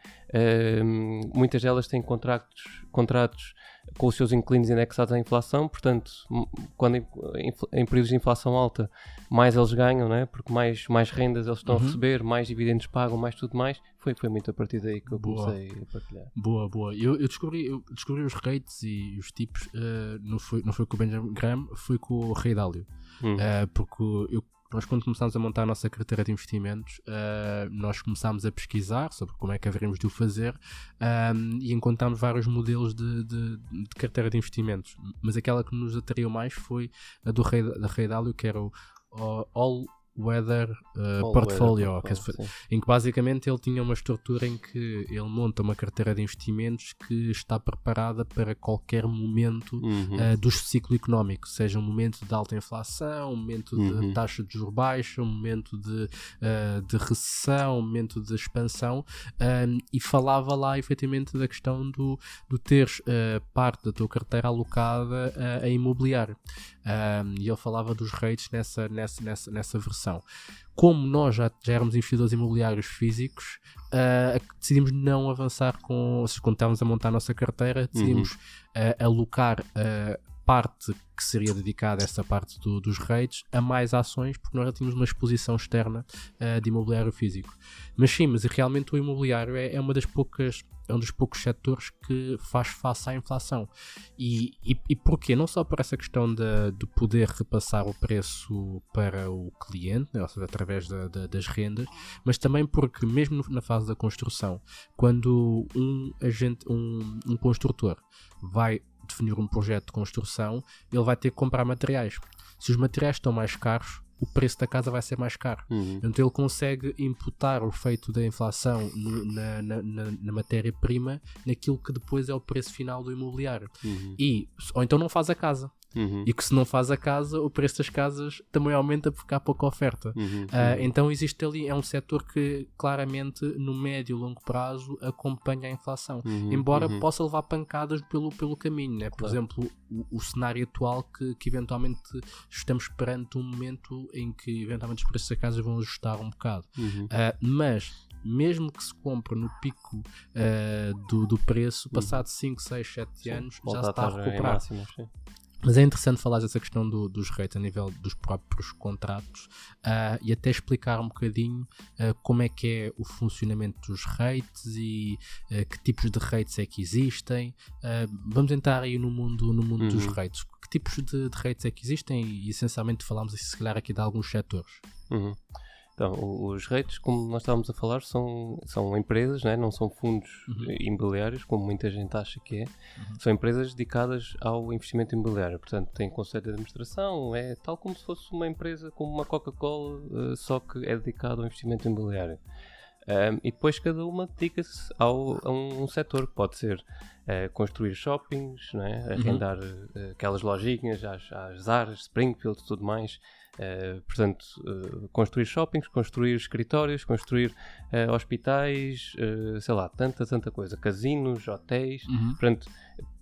um, muitas delas têm contratos, contratos com os seus inquilinos indexados à inflação, portanto, quando em, em períodos de inflação alta, mais eles ganham, não é? Porque mais, mais rendas eles estão uhum. a receber, mais dividendos pagam, mais tudo mais. Foi, foi muito a partir daí que eu boa. comecei a partilhar. Boa, boa. Eu, eu, descobri, eu descobri os rates e os tipos, uh, não, foi, não foi com o Benjamin Graham, foi com o Ray Dalio. Hum. Uh, porque eu, nós quando começámos a montar a nossa carteira de investimentos, uh, nós começámos a pesquisar sobre como é que haveríamos de o fazer um, e encontramos vários modelos de, de, de carteira de investimentos. Mas aquela que nos atraiu mais foi a do Ray, da Ray Dalio, que era o, o All Weather uh, All Portfolio, weather, que sim. em que basicamente ele tinha uma estrutura em que ele monta uma carteira de investimentos que está preparada para qualquer momento uhum. uh, do ciclo económico, seja um momento de alta inflação, um momento uhum. de taxa de juros baixa, um momento de, uh, de recessão, um momento de expansão, um, e falava lá efetivamente da questão do, do teres uh, parte da tua carteira alocada uh, a imobiliário. Um, e ele falava dos rates nessa, nessa, nessa, nessa versão. Como nós já, já éramos investidores imobiliários físicos, uh, decidimos não avançar com, quando estávamos a montar a nossa carteira, decidimos uhum. uh, alocar uh, parte que seria dedicada a essa parte do, dos rates a mais ações, porque nós já tínhamos uma exposição externa uh, de imobiliário físico. Mas sim, mas realmente o imobiliário é, é uma das poucas é um dos poucos setores que faz face à inflação. E, e, e porquê? Não só por essa questão de, de poder repassar o preço para o cliente, né, ou seja, através da, da, das rendas, mas também porque mesmo na fase da construção, quando um agente, um, um construtor vai definir um projeto de construção, ele vai ter que comprar materiais. Se os materiais estão mais caros, o preço da casa vai ser mais caro. Uhum. Então ele consegue imputar o efeito da inflação no, na, na, na, na matéria-prima naquilo que depois é o preço final do imobiliário. Uhum. E, ou então não faz a casa. Uhum. E que se não faz a casa, o preço das casas também aumenta porque há pouca oferta. Uhum. Uh, então existe ali, é um setor que claramente no médio e longo prazo acompanha a inflação, uhum. embora uhum. possa levar pancadas pelo, pelo caminho, né? Por claro. exemplo, o, o cenário atual que, que eventualmente estamos perante um momento em que eventualmente os preços das casas vão ajustar um bocado. Uhum. Uh, mas mesmo que se compre no pico uh, do, do preço, passado cinco, seis, sete anos, sim, já se está a recuperar. Máximo, Mas é interessante falar dessa questão do, dos rates a nível dos próprios contratos uh, e até explicar um bocadinho uh, como é que é o funcionamento dos rates e uh, que tipos de rates é que existem. Uh, vamos entrar aí no mundo, no mundo uhum. dos rates. Que tipos de, de rates é que existem e essencialmente falamos se calhar aqui de alguns setores. Uhum. Então, os rates, como nós estávamos a falar, são, são empresas, né? Não são fundos uhum. imobiliários, como muita gente acha que é. Uhum. São empresas dedicadas ao investimento imobiliário. Portanto, têm conselho de administração, é tal como se fosse uma empresa como uma Coca-Cola, uh, só que é dedicado ao investimento imobiliário. Um, e depois cada uma dedica-se ao, a um, um setor que pode ser uh, construir shoppings, né? Arrendar uh, aquelas lojinhas às, às Zara, Springfield e tudo mais. Uh, portanto, uh, construir shoppings, construir escritórios, construir uh, hospitais, uh, sei lá, tanta, tanta coisa, casinos, hotéis, uhum. portanto,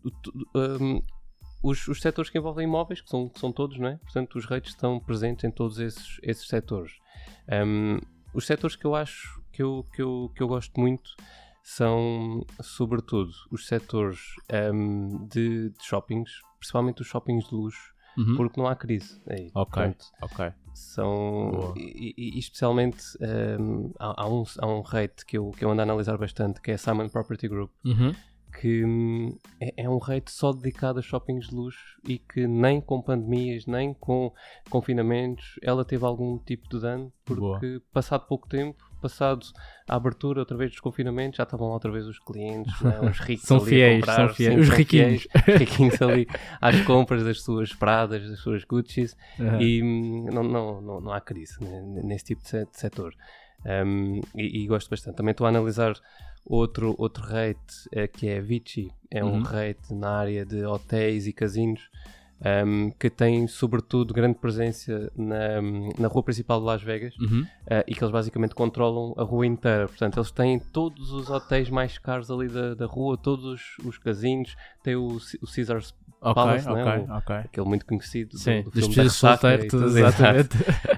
um, os, os setores que envolvem imóveis, que são, que são todos, não é? Portanto, os rates estão presentes em todos esses, esses setores. Um, os setores que eu acho, que eu, que eu, que eu gosto muito, são, sobretudo, os setores um, de, de shoppings, principalmente os shoppings de luxo, uhum. porque não há crise aí. Ok, portanto, ok. São, e, e, e especialmente um, há, há, um, há um rate que eu, que eu ando a analisar bastante, que é a Simon Property Group, uhum. que um, é, é um rate só dedicado a shoppings de luxo e que nem com pandemias, nem com confinamentos, ela teve algum tipo de dano, porque Boa. passado pouco tempo, passado a abertura outra vez dos confinamentos, já estavam lá outra vez os clientes, né? Os ricos são ali fiéis, a comprar, são fiéis. Sim, os são riquinhos. Fiéis, riquinhos ali às compras das suas Pradas, das suas Guccis, uhum. e hum, não, não, não, não há crise, né? Nesse tipo de setor. Um, e, e gosto bastante. Também estou a analisar outro, outro rate é, que é Vici, é um uhum. rate na área de hotéis e casinos. um, que têm sobretudo grande presença na, na rua principal de Las Vegas, Uhum. uh, e que eles basicamente controlam a rua inteira. Portanto, eles têm todos os hotéis mais caros ali da, da rua, todos os, os casinos, tem o, o Caesars Ok, Palace, ok, né? o, ok. aquele muito conhecido Sim, do, do dos filme da despedidas de Ressaca solteiro, e tudo, tudo, exatamente.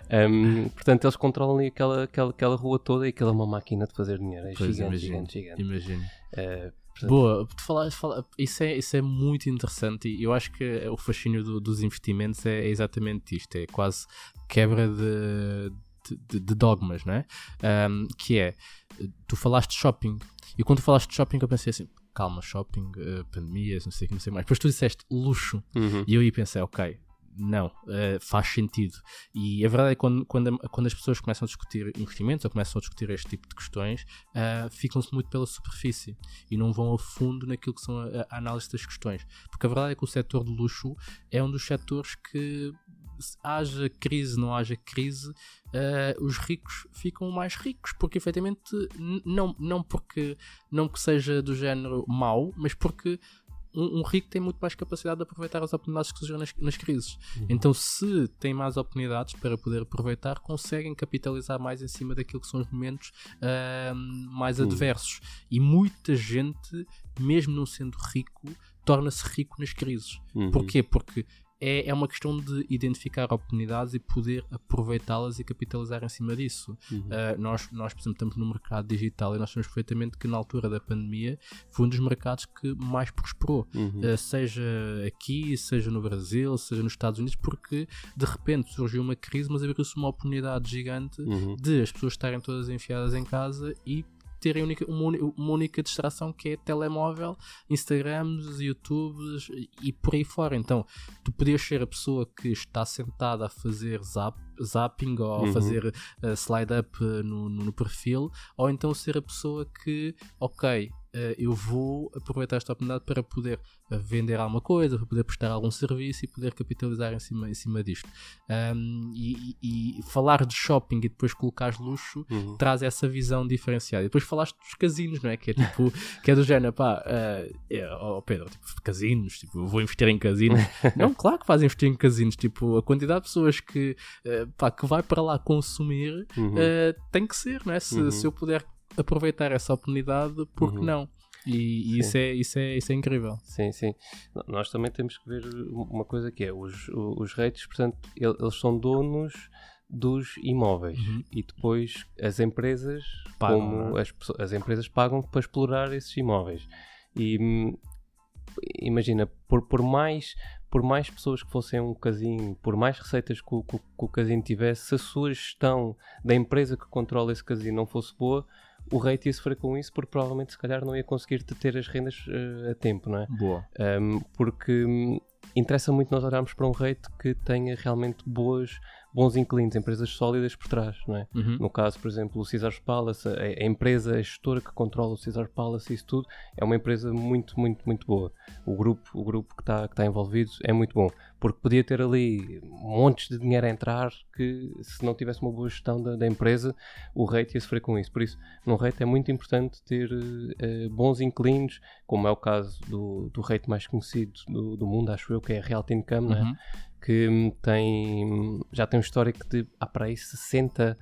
um, portanto, eles controlam ali aquela, aquela, aquela rua toda e aquilo é uma máquina de fazer dinheiro. É Pois, gigante, imagino, gigante, gigante. imagino. Uh, portanto, Boa, tu falas, fala, isso, é, isso é muito interessante e eu acho que o fascínio do, dos investimentos é, é exatamente isto, é quase quebra de, de, de dogmas, não é? Um, que é, tu falaste de shopping e quando tu falaste de shopping eu pensei assim, calma, shopping, uh, pandemias, não sei o que, não sei mais. Depois tu disseste luxo uhum. e eu aí pensei, ok, não, uh, faz sentido. E a verdade é que quando, quando, quando as pessoas começam a discutir investimentos ou começam a discutir este tipo de questões, uh, ficam-se muito pela superfície e não vão a fundo naquilo que são a, a análise das questões. Porque a verdade é que o setor de luxo é um dos setores que, haja crise, não haja crise, uh, os ricos ficam mais ricos, porque efetivamente n- não, não porque não que seja do género mau, mas porque um, um rico tem muito mais capacidade de aproveitar as oportunidades que surgem nas, nas crises. Uhum. Então, se tem mais oportunidades para poder aproveitar, conseguem capitalizar mais em cima daquilo que são os momentos uh, mais uhum. adversos. E muita gente, mesmo não sendo rico, torna-se rico nas crises. Uhum. Porquê? Porque É, é uma questão de identificar oportunidades e poder aproveitá-las e capitalizar em cima disso. Uhum. Uh, nós, nós, por exemplo, estamos no mercado digital e nós sabemos perfeitamente que na altura da pandemia foi um dos mercados que mais prosperou. Uhum. Uh, seja aqui, seja no Brasil, seja nos Estados Unidos, porque de repente surgiu uma crise, mas abriu-se uma oportunidade gigante uhum. de as pessoas estarem todas enfiadas em casa e terem única, uma, uma única distração, que é telemóvel, Instagrams, YouTubes e por aí fora. Então, tu podias ser a pessoa que está sentada a fazer zap, zapping ou uhum. a fazer uh, slide up uh, no, no perfil, ou então ser a pessoa que, ok, Uh, eu vou aproveitar esta oportunidade para poder uh, vender alguma coisa, para poder prestar algum serviço e poder capitalizar em cima, em cima disto. Um, e, e, e falar de shopping e depois colocar luxo uhum. traz essa visão diferenciada. E depois falaste dos casinos, não é? Que é tipo, que é do género, pá, uh, é, oh Pedro, tipo, casinos, tipo, eu vou investir em casinos. Não, claro que fazem investir em casinos, tipo, a quantidade de pessoas que, uh, pá, que vai para lá consumir uhum. uh, tem que ser, não é? Se, uhum. se eu puder aproveitar essa oportunidade, por que uhum. não? E, e isso, é, isso, é, isso é incrível. Sim, sim. Nós também temos que ver uma coisa que é, os, os REITs, portanto, eles são donos dos imóveis uhum. e depois as empresas pagam, como as, as empresas pagam para explorar esses imóveis. E imagina, por, por mais por mais pessoas que fossem um casino, por mais receitas que o, que, que o casino tivesse, se a sua gestão da empresa que controla esse casino não fosse boa, o REIT ia sofrer com isso, porque provavelmente se calhar não ia conseguir ter as rendas uh, a tempo, não é? Boa. Um, porque um, interessa muito nós olharmos para um REIT que tenha realmente boas, bons inquilinos, empresas sólidas por trás, não é? Uhum. No caso, por exemplo, o Caesars Palace, a, a empresa, a gestora que controla o Caesars Palace, isso tudo, é uma empresa muito, muito, muito boa. O grupo, o grupo que está que tá envolvido é muito bom, porque podia ter ali montes de dinheiro a entrar que, se não tivesse uma boa gestão da, da empresa, o REIT ia sofrer com isso. Por isso, no REIT é muito importante ter uh, bons inquilinos, como é o caso do, do REIT mais conhecido do, do mundo, acho eu, que é a Realty Income, uhum. né? Que tem, já tem um histórico de há para aí sessenta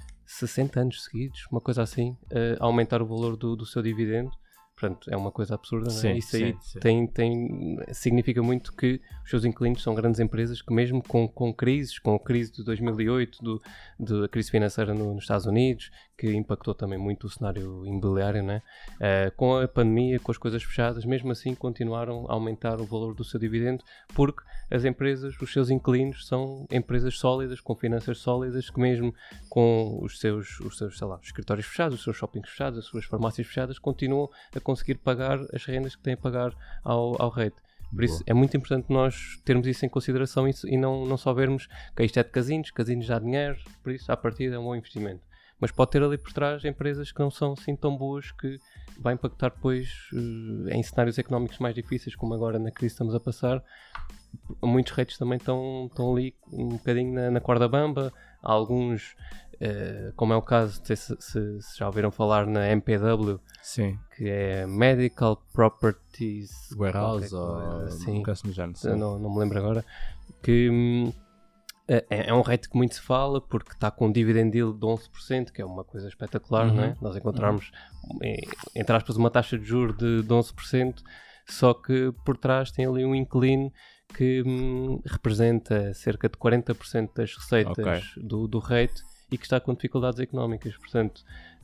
anos seguidos, uma coisa assim, uh, a aumentar o valor do, do seu dividendo. Portanto, é uma coisa absurda, não é? Sim, Isso aí sim, sim. Tem, tem, significa muito que os seus inquilinos são grandes empresas que, mesmo com, com crises, com a crise de dois mil e oito, do, da crise financeira no, nos Estados Unidos, que impactou também muito o cenário imobiliário, né? Uh, com a pandemia, com as coisas fechadas, mesmo assim continuaram a aumentar o valor do seu dividendo, porque as empresas, os seus inquilinos, são empresas sólidas, com finanças sólidas, que mesmo com os seus, os seus, sei lá, os escritórios fechados, os seus shoppings fechados, as suas farmácias fechadas, continuam a conseguir pagar as rendas que têm a pagar ao, ao REIT. Por isso, Boa. É muito importante nós termos isso em consideração isso, e não, não só vermos que isto é de casinos, casinos dá dinheiro, por isso, à partida é um bom investimento. Mas pode ter ali por trás empresas que não são assim tão boas, que vai impactar depois uh, em cenários económicos mais difíceis, como agora na crise estamos a passar. Muitos REITs também estão, estão ali um bocadinho na, na corda bamba. Há alguns uh, como é o caso, não sei se, se, se já ouviram falar na M P W, Sim. que é Medical Properties Warehouse ou assim, um não, não me lembro agora, que hum, é, é um rate que muito se fala porque está com um dividend yield de onze por cento, que é uma coisa espetacular, uhum. não é? Nós encontramos, uhum. entre aspas, uma taxa de juros de, de onze por cento, só que por trás tem ali um inquilino que hum, representa cerca de quarenta por cento das receitas okay. do, do rate e que está com dificuldades económicas. Portanto,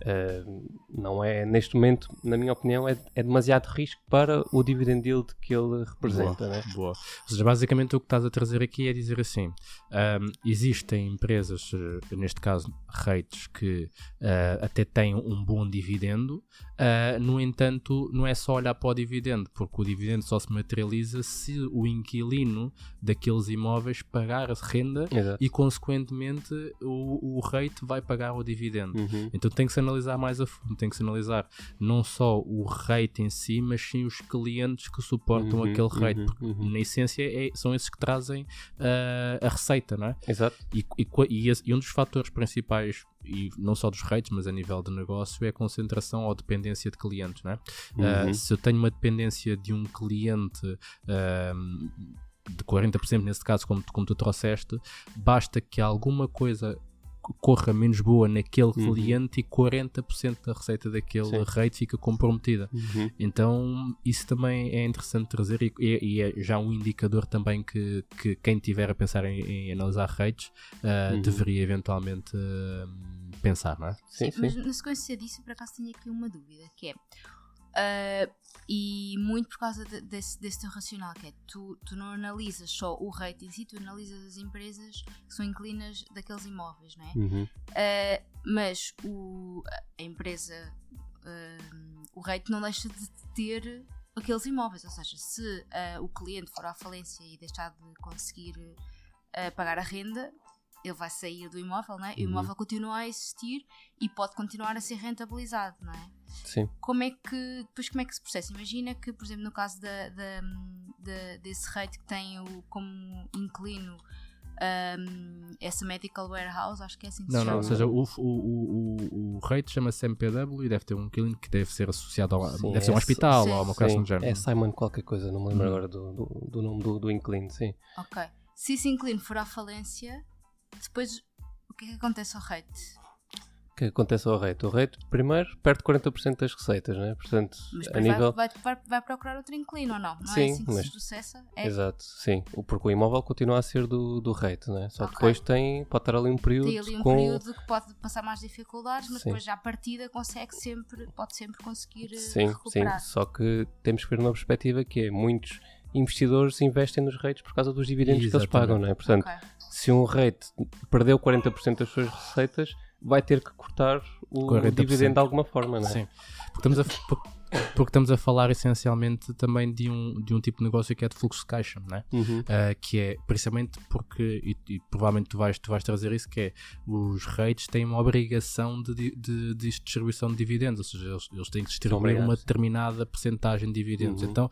uh, não é, neste momento, na minha opinião, é, é demasiado risco para o dividend yield que ele representa. Boa, né? boa. Ou seja, basicamente o que estás a trazer aqui é dizer assim, um, existem empresas, neste caso rates, que uh, até têm um bom dividendo, uh, no entanto, não é só olhar para o dividendo, porque o dividendo só se materializa se o inquilino daqueles imóveis pagar a renda. Exato. E, consequentemente, o, o rate vai pagar o dividendo. Uhum. Então tem que se analisar mais a fundo, tem que se analisar não só o rate em si, mas sim os clientes que suportam uhum, aquele rate, uhum, porque uhum. na essência é, são esses que trazem uh, a receita, não é? Exato. E, e, e, esse, e um dos fatores principais, e não só dos rates, mas a nível de negócio, é a concentração ou dependência de clientes, não é? Uhum. Uh, se eu tenho uma dependência de um cliente uh, de quarenta por cento nesse caso, como, como tu trouxeste, basta que alguma coisa corra menos boa naquele uhum. cliente e quarenta por cento da receita daquele Sim. rate fica comprometida. Uhum. Então isso também é interessante trazer e, e é já um indicador também que, que quem tiver a pensar em, em analisar rates uh, uhum. deveria eventualmente uh, pensar, não é? Sim, sim, mas na sequência disso, por acaso tenho aqui uma dúvida, que é Uh, e muito por causa de, desse, desse teu racional, que é tu, tu não analisas só o rate em si, tu analisas as empresas que são inclinas daqueles imóveis, não é? Uhum. Uh, mas o, a empresa, uh, o rate não deixa de ter aqueles imóveis, ou seja, se uh, o cliente for à falência e deixar de conseguir uh, pagar a renda, ele vai sair do imóvel, não é? E o imóvel continua a existir e pode continuar a ser rentabilizado, não é? Sim. Como é que, depois como é que se processa? Imagina que, por exemplo, no caso da, da, da, desse rate que tem o, como inquilino um, essa Medical Warehouse, acho que é assim que não, se chama. Não, ou seja, o, o, o, o rate chama-se M P W e deve ter um inquilino que deve ser associado ao, sim, deve é ser um hospital sim, ou uma coisa do género. É Simon qualquer coisa, não me lembro hum. agora do, do, do nome do, do inquilino, sim. Ok. Se esse inquilino for à falência, depois o que é que acontece ao rate? O que acontece ao rate? O rate, primeiro, perde quarenta por cento das receitas, né? Portanto, mas a nível... vai, vai, vai procurar outro inquilino ou não? Não sim, é assim que mas... se processa? É? Exato, sim. Porque o imóvel continua a ser do, do rate, né? Só que okay. depois tem, pode estar ali um período tem ali um com... período que pode passar mais dificuldades, mas sim. depois já à partida consegue sempre, pode sempre conseguir sim, recuperar. Sim, só que temos que ver uma perspectiva que é muitos investidores investem nos rates por causa dos dividendos Exatamente. que eles pagam, né? Portanto, okay. se um rate perdeu quarenta por cento das suas receitas, vai ter que cortar o quarenta por cento dividendo de alguma forma, não é? Sim, porque estamos a, porque estamos a falar essencialmente também de um, de um tipo de negócio que é de fluxo de caixa, não é? Uhum. Uh, que é, principalmente porque, e, e provavelmente tu vais, tu vais trazer isso, que é, os rates têm uma obrigação de, de, de distribuição de dividendos, ou seja, eles, eles têm que distribuir uma determinada percentagem de dividendos. Uhum. Então,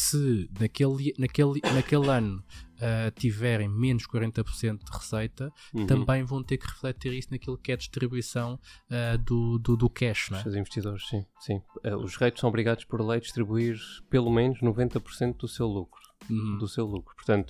se naquele, naquele, naquele ano Uh, tiverem menos quarenta por cento de receita, uhum. também vão ter que refletir isso naquilo que é a distribuição uh, do, do, do cash, não é? Os investidores, sim. sim. Uh, os rates são obrigados por lei a distribuir pelo menos noventa por cento do seu lucro. Uhum. Do seu lucro. Portanto,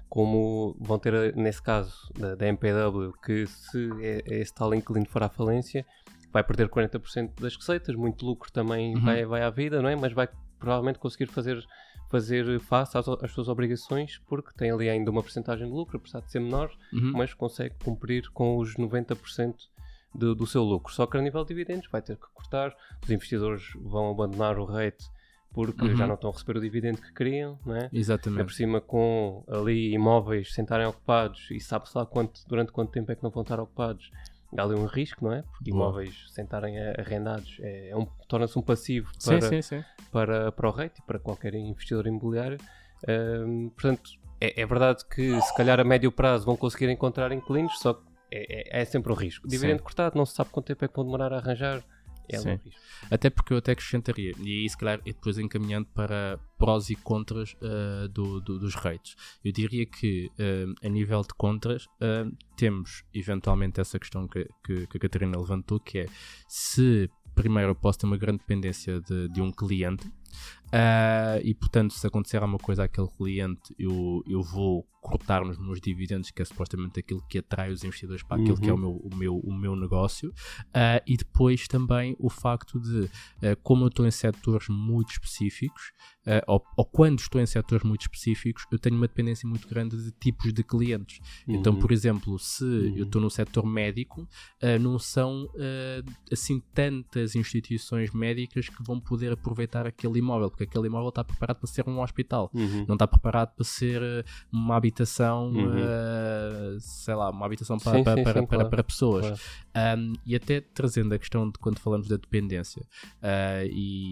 como vão ter, nesse caso, da, da M P W, que se esse tal inquilino for à falência, vai perder quarenta por cento das receitas, muito lucro também uhum. vai, vai à vida, não é? Mas vai provavelmente conseguir fazer... fazer face às, às suas obrigações, porque tem ali ainda uma porcentagem de lucro, apesar de ser menor, uhum. mas consegue cumprir com os noventa por cento do, do seu lucro. Só que a nível de dividendos vai ter que cortar, os investidores vão abandonar o rate porque uhum. já não estão a receber o dividendo que queriam, não é? Exatamente. É por cima com ali imóveis sem estarem ocupados e sabe-se lá quanto, durante quanto tempo é que não vão estar ocupados. Há ali um risco, não é? Porque Boa. imóveis sem estarem arrendados é, é um, torna-se um passivo para, sim, sim, sim. Para, para o rate e para qualquer investidor imobiliário. Um, portanto, é, é verdade que se calhar a médio prazo vão conseguir encontrar inquilinos, só que é, é, é sempre um risco. Dividendo cortado, não se sabe quanto tempo é que vão demorar a arranjar. é sim. um risco. Até porque eu até acrescentaria, e aí se calhar e depois encaminhando para prós e contras uh, do, do, dos rates. Eu diria que uh, a nível de contras uh, temos eventualmente essa questão que, que, que a Catarina levantou, que é se primeiro eu posso ter uma grande dependência de, de um cliente uh, e portanto se acontecer alguma coisa àquele cliente eu, eu vou cortar nos meus dividendos, que é supostamente aquilo que atrai os investidores para aquilo uhum. que é o meu, o meu, o meu negócio, uh, e depois também o facto de, uh, como eu estou em setores muito específicos, uh, ou, ou quando estou em setores muito específicos, eu tenho uma dependência muito grande de tipos de clientes. Uhum. Então, por exemplo, se uhum. eu estou no setor médico, uh, não são uh, assim tantas instituições médicas que vão poder aproveitar aquele imóvel, porque aquele imóvel está preparado para ser um hospital, uhum. não está preparado para ser uh, uma habitação habitação, uhum. uh, sei lá, uma habitação para, sim, para, sim, para, sim, para, claro. para pessoas. Claro. Um, e até trazendo a questão de quando falamos da dependência uh,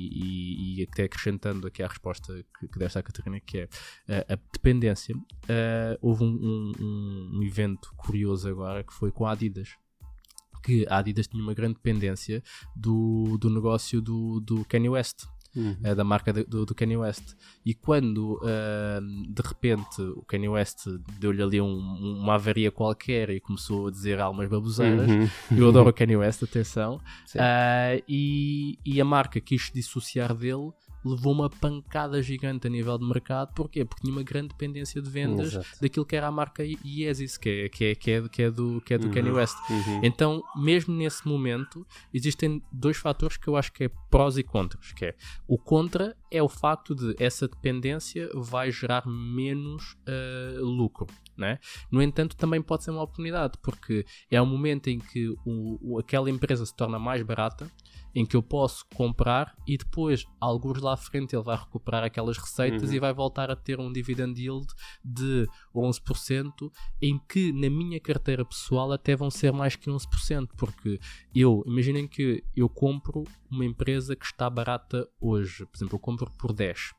e, e, e até acrescentando aqui a resposta que, que deste à Catarina, que é uh, a dependência, uh, houve um, um, um evento curioso agora que foi com a Adidas. Que a Adidas tinha uma grande dependência do, do negócio do, do Kanye West. Uhum. Uh, da marca de, do, do Kanye West, e quando uh, de repente o Kanye West deu-lhe ali um, uma avaria qualquer e começou a dizer algumas baboseiras, uhum. eu adoro o Kanye West, atenção, uh, e, e a marca quis dissociar dele, levou uma pancada gigante a nível de mercado. Porquê? Porque tinha uma grande dependência de vendas Exato. daquilo que era a marca Yeezys, que é, que é, que é, que é do, que é do uhum. Kanye West. Uhum. Então, mesmo nesse momento, existem dois fatores que eu acho que é prós e contras, que é o contra é o facto de essa dependência vai gerar menos uh, lucro. Né? No entanto, também pode ser uma oportunidade, porque é um momento em que o, o, aquela empresa se torna mais barata, em que eu posso comprar e depois, alguns lá à frente, ele vai recuperar aquelas receitas uhum. e vai voltar a ter um dividend yield de onze por cento, em que na minha carteira pessoal até vão ser mais que onze por cento, porque eu, imaginem que eu compro uma empresa que está barata hoje, por exemplo, eu compro por dez.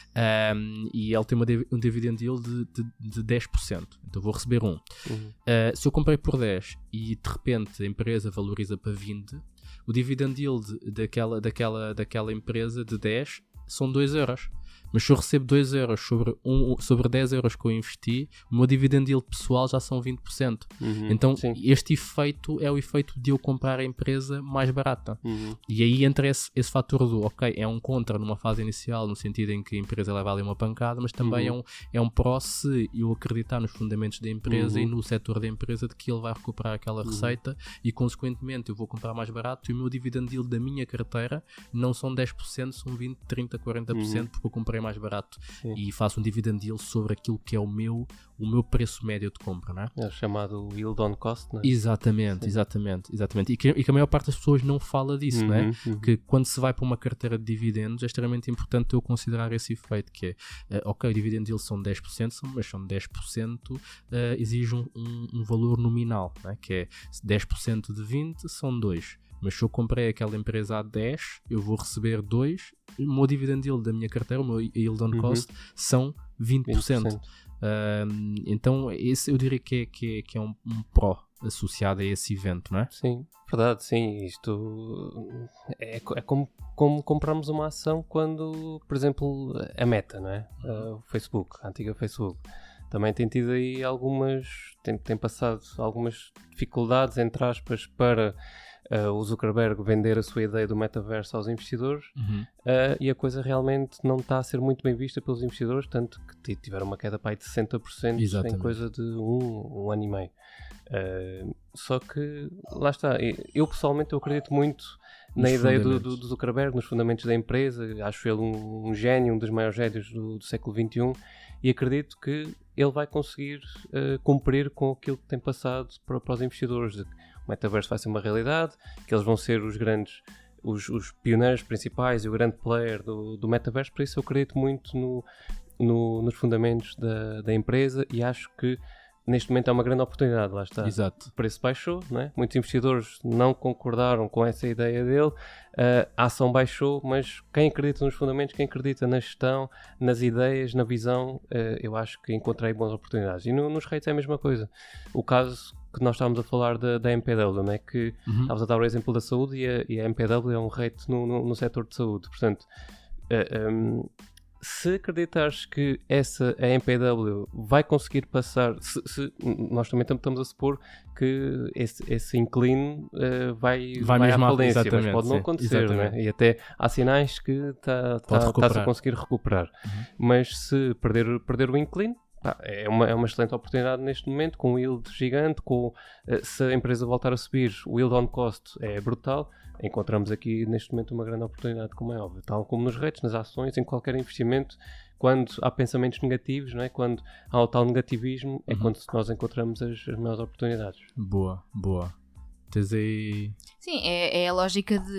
Um, e ele tem uma, um dividend yield de, de, de dez por cento, então vou receber um. Uhum. Uh, se eu comprei por dez e de repente a empresa valoriza para vinte, o dividend yield daquela, daquela, daquela empresa de dez são dois euros. Mas se eu recebo dois euros sobre, um, sobre dez euros que eu investi, o meu dividend yield pessoal já são vinte por cento. Uhum, então, sim. este efeito é o efeito de eu comprar a empresa mais barata. Uhum. E aí entra esse, esse fator do, ok, é um contra numa fase inicial, no sentido em que a empresa leva ali uma pancada, mas também uhum. é, um, é um pró se eu acreditar nos fundamentos da empresa uhum. e no setor da empresa de que ele vai recuperar aquela uhum. receita e, consequentemente, eu vou comprar mais barato e o meu dividend yield da minha carteira não são dez por cento, são vinte, trinta, quarenta por cento, uhum. porque eu comprei mais barato. Sim. E faço um dividend yield sobre aquilo que é o meu, o meu preço médio de compra, não é? É o chamado yield on cost, não é? Exatamente, Sim. exatamente, exatamente. E que, e que a maior parte das pessoas não fala disso, uhum, não é? Uhum. Que quando se vai para uma carteira de dividendos é extremamente importante eu considerar esse efeito, que é, uh, ok, o dividend yield são dez por cento, mas são dez por cento uh, exige um, um, um valor nominal, não é? Que é dez por cento de vinte são dois. Mas se eu comprei aquela empresa a dez, eu vou receber dois, o meu dividend yield da minha carteira, o meu yield on cost, uhum. são vinte por cento. vinte por cento. Uh, então, esse eu diria que é, que é, que é um, um pró associado a esse evento, não é? Sim, verdade, sim. Isto é, é como, como comprarmos uma ação quando, por exemplo, a Meta, não é? Uh, o Facebook, a antiga Facebook. Também tem tido aí algumas, tem, tem passado algumas dificuldades, entre aspas, para uh, o Zuckerberg vender a sua ideia do metaverso aos investidores, uhum. uh, e a coisa realmente não está a ser muito bem vista pelos investidores, tanto que tiveram uma queda para de sessenta por cento Exatamente. Em coisa de um, um ano e meio. Uh, só que, lá está, eu pessoalmente eu acredito muito na nos ideia do, do, do Zuckerberg, nos fundamentos da empresa. Acho ele um, um gênio, um dos maiores génios do, do século vinte e um, e acredito que ele vai conseguir uh, cumprir com aquilo que tem passado para, para os investidores. O metaverso vai ser uma realidade, que eles vão ser os grandes, os, os pioneiros principais e o grande player do, do metaverso. Por isso eu acredito muito no, no, nos fundamentos da, da empresa, e acho que neste momento é uma grande oportunidade, lá está. Exato. O preço baixou, não é? Muitos investidores não concordaram com essa ideia dele, uh, a ação baixou, mas quem acredita nos fundamentos, quem acredita na gestão, nas ideias, na visão, uh, eu acho que encontrei boas oportunidades. E no, nos rates é a mesma coisa. O caso que nós estávamos a falar da, da M P W, né? Que Uhum. estavas a dar o exemplo da saúde e a, e a M P W é um rate no, no, no setor de saúde. Portanto, uh, um, se acreditares que essa, a M P W vai conseguir passar, se, se, nós também estamos a supor que esse, esse inclino uh, vai, Vai vai à mesmo à- falência, mas exatamente, pode não sim, acontecer, exatamente. né? E até há sinais que tá, Pode tá, estás recuperar. a conseguir recuperar. Uhum. Mas se perder, perder o inclino, pá, é, uma, é uma excelente oportunidade neste momento, com um yield gigante, com, uh, se a empresa voltar a subir, o yield on cost é brutal. Encontramos aqui neste momento uma grande oportunidade, como é óbvio, tal como nos rates, nas ações, em qualquer investimento. Quando há pensamentos negativos, não é? Quando há o tal negativismo, é Uhum. quando nós encontramos as, as maiores oportunidades. Boa, boa. Tens aí... Sim, é, é a lógica de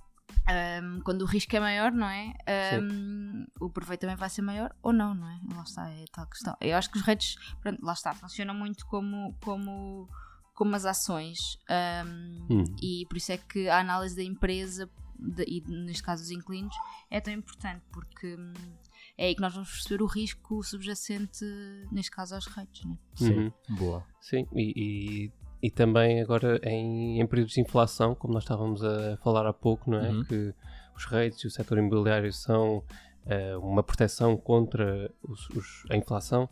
um, quando o risco é maior, não é? Um, o proveito também vai ser maior ou não, não é? Lá está, é tal questão. Eu acho que os rates, pronto, lá está, funcionam muito como, como, como as ações um, Hum. e por isso é que a análise da empresa de, e neste caso os inclinos é tão importante porque hum, é aí que nós vamos perceber o risco subjacente, neste caso aos rates, não é? Sim, Uhum. boa. Sim, e, e, e também agora em, em períodos de inflação, como nós estávamos a falar há pouco, não é? Uhum. Que os rates e o setor imobiliário são eh, uma proteção contra os, os- a inflação.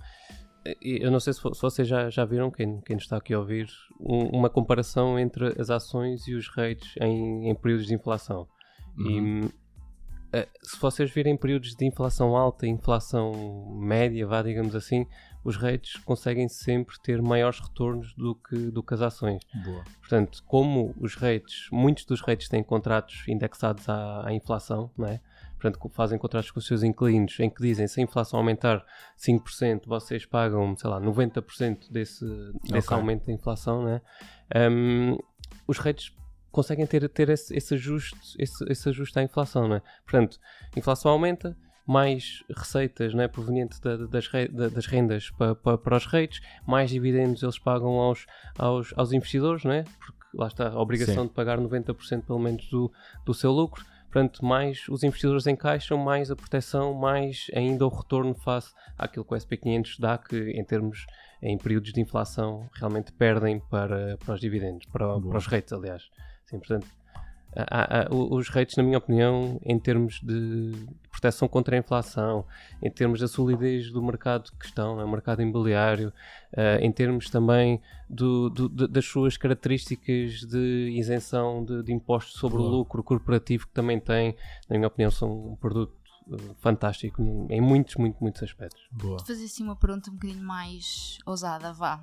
E eu não sei se, vo- se vocês já, já viram, quem, quem nos está aqui a ouvir, um- uma comparação entre as ações e os rates em, em períodos de inflação. Uhum. E eh, se vocês virem períodos de inflação alta e inflação média, vá, digamos assim, os rates conseguem sempre ter maiores retornos do que, do que as ações. Boa. Portanto, como os rates, muitos dos rates têm contratos indexados à, à inflação, não é? Portanto, co- fazem contratos com os seus inquilinos em que dizem se a inflação aumentar cinco por cento, vocês pagam, sei lá, noventa por cento desse, desse Ok. aumento da inflação, não é? Hum, os rates conseguem ter, ter esse, esse ajuste, esse, esse ajuste à inflação, não é? Portanto, a inflação aumenta, mais receitas, não é, provenientes da- das, re- da- das rendas pa- pa- para os rates, mais dividendos eles pagam aos, aos, aos investidores, não é? Porque lá está a obrigação Sim. de pagar noventa por cento pelo menos do, do seu lucro. Portanto, mais os investidores encaixam, mais a proteção, mais ainda o retorno face àquilo que o S P quinhentos dá, que em termos, em períodos de inflação, realmente perdem para, para os dividendos, para, Boa. para os rates, aliás. Sim, portanto, há- há- o- os rates, na minha opinião, em termos de proteção contra a inflação, em termos da solidez do mercado que estão, no mercado imobiliário, eh, em termos também do- do- de- das suas características de isenção de, de impostos sobre Boa. o lucro corporativo que também tem, na minha opinião, são um produto eh, fantástico em muitos, muitos, muitos aspectos. Boa. Vou fazer assim uma pergunta um bocadinho mais ousada, vá.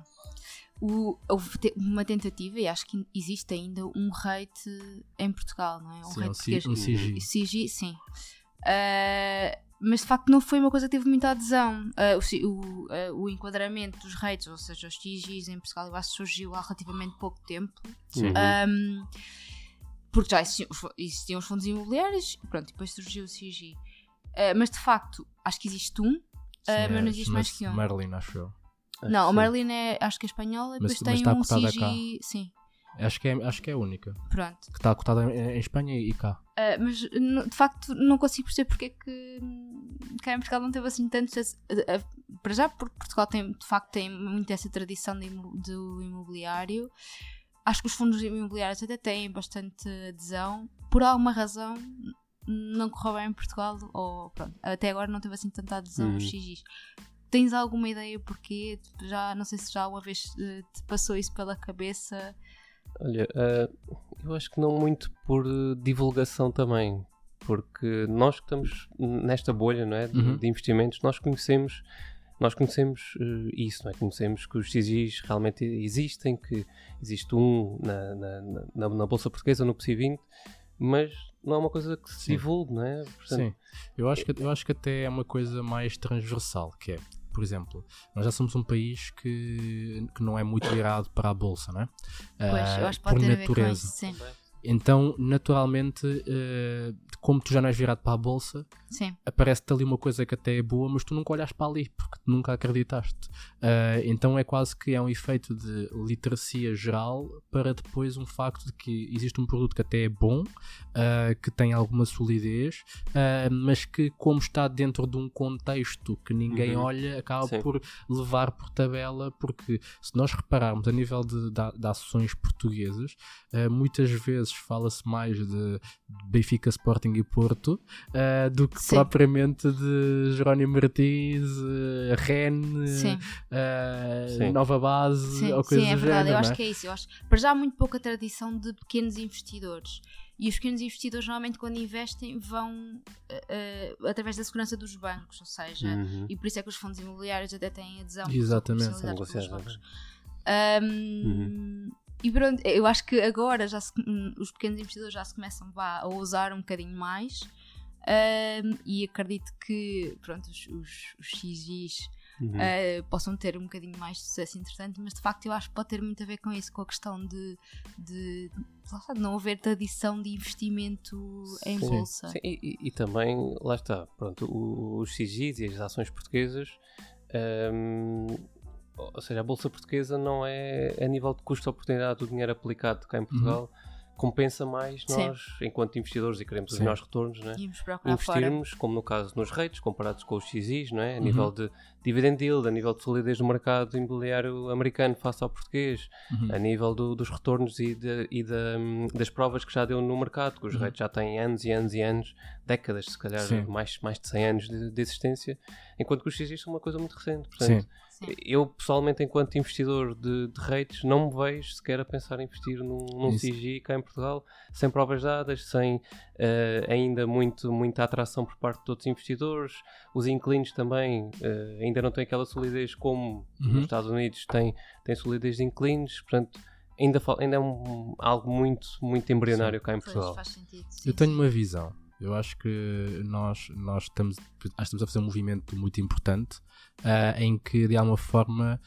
O- houve te- uma tentativa, e acho que existe ainda um rate em Portugal, não é? Um Sim, rate um C- português. um C G. C G, sim. Ah, mas de facto não foi uma coisa que teve muita adesão. Ah, o, C- o, ah, o enquadramento dos rates, ou seja, os C Gs em Portugal, eu acho que surgiu há relativamente pouco tempo. Sim. Uhum. Um, porque já existiam, os fo- existiam os fundos imobiliários, pronto, e depois surgiu o C G. Uh, mas de facto, acho que existe um, uh, Sim, mas não é, existe mais chama-se que um. Merlin, acho eu. Acho Não, que o sim. Merlin é, acho que é espanhola, e Mas- depois mas tem está um cotada C G. Sim, Acho que é, acho que é a única. pronto. Que está cotada em, em Espanha e cá. Uh, mas no- de facto não consigo perceber porque é que hum, cá em Portugal não teve assim tantos. uh, uh, para já, porque Portugal tem, de facto tem muito essa tradição de imo- do imobiliário. Acho que os fundos imobiliários até têm bastante adesão. Por alguma razão não correu bem em Portugal, ou pronto, até agora não teve assim tanta adesão aos Uhum. C Gs. Tens alguma ideia porquê? Já, não sei se já uma vez uh, te passou isso pela cabeça. Olha, eh, eu acho que não muito por eh, divulgação também, porque nós que estamos nesta bolha, não é, de, Uhum. de investimentos, nós conhecemos, nós conhecemos eh, isso, não é? Conhecemos que os C Gs realmente existem, que existe um na, na, na, na Bolsa Portuguesa, no P S I vinte, mas não é uma coisa que se Sim. divulgue, não é? Portanto, Sim. Eu acho, que, eu acho que até é uma coisa mais transversal, que é, por exemplo, nós já somos um país que, que não é muito virado para a Bolsa, não é? Pois, Ah, eu acho que pode por ter a ver com natureza. isso, sim. Então, naturalmente, eh, como tu já não és virado para a Bolsa, Sim. aparece-te ali uma coisa que até é boa, mas tu nunca olhas para ali, porque tu nunca acreditaste. Uh, então é quase que é um efeito de literacia geral para depois um facto de que existe um produto que até é bom, uh, que tem alguma solidez, uh, mas que, como está dentro de um contexto que ninguém uhum. olha, acaba Sim. por levar por tabela, porque se nós repararmos a nível de, de, de ações portuguesas, uh, muitas vezes fala-se mais de Benfica, Sporting e Porto uh, do que Sim. propriamente de Jerónimo Martins, uh, Ren, Sim. uh, Nova Base Sim, ou coisa sim, é do verdade, género, eu acho não é? que é isso. Eu acho, para já há muito pouca tradição de pequenos investidores. E os pequenos investidores, normalmente, quando investem, vão uh, uh, através da segurança dos bancos, ou seja, Uhum. e por isso é que os fundos imobiliários até têm adesão. Exatamente. São comercializados pelos bancos. Um, Uhum. E pronto, eu acho que agora já se, os pequenos investidores já se começam vá, a ousar um bocadinho mais. Um, e acredito que pronto, os, os, os X Gs uhum. uh, possam ter um bocadinho mais de sucesso interessante, mas de facto eu acho que pode ter muito a ver com isso, com a questão de, de, de não haver tradição de investimento em sim, bolsa. Sim, e, e também, lá está, pronto, os X Gs e as ações portuguesas, um, ou seja, a bolsa portuguesa não é a nível de custo-oportunidade do dinheiro aplicado cá em Portugal. Uhum. Compensa mais nós, sim. enquanto investidores, e queremos sim. os melhores retornos, né? investirmos, fora. Como no caso nos rates, comparados com os X Is, não é? A uhum. nível de dividend yield, a nível de solidez do mercado imobiliário americano face ao português, uhum. a nível do, dos retornos e, de, e de, das provas que já deu no mercado, que os uhum. rates já têm anos e anos e anos, décadas, se calhar mais, mais de cem anos de, de existência, enquanto que os X Is são uma coisa muito recente. Portanto, sim. Sim. Eu, pessoalmente, enquanto investidor de, de rates, não me vejo sequer a pensar em investir num, num C G cá em Portugal, sem provas dadas, sem uh, ainda muito, muita atração por parte de outros investidores. Os inquilinos também uh, ainda não têm aquela solidez como uhum. nos Estados Unidos tem, tem solidez de inquilinos, portanto, ainda, ainda é um, algo muito, muito embrionário sim. cá em Portugal. Pois, faz sentido, sim, Eu tenho sim. uma visão. Eu acho que nós, nós estamos, acho que estamos a fazer um movimento muito importante uh, em que, de alguma forma,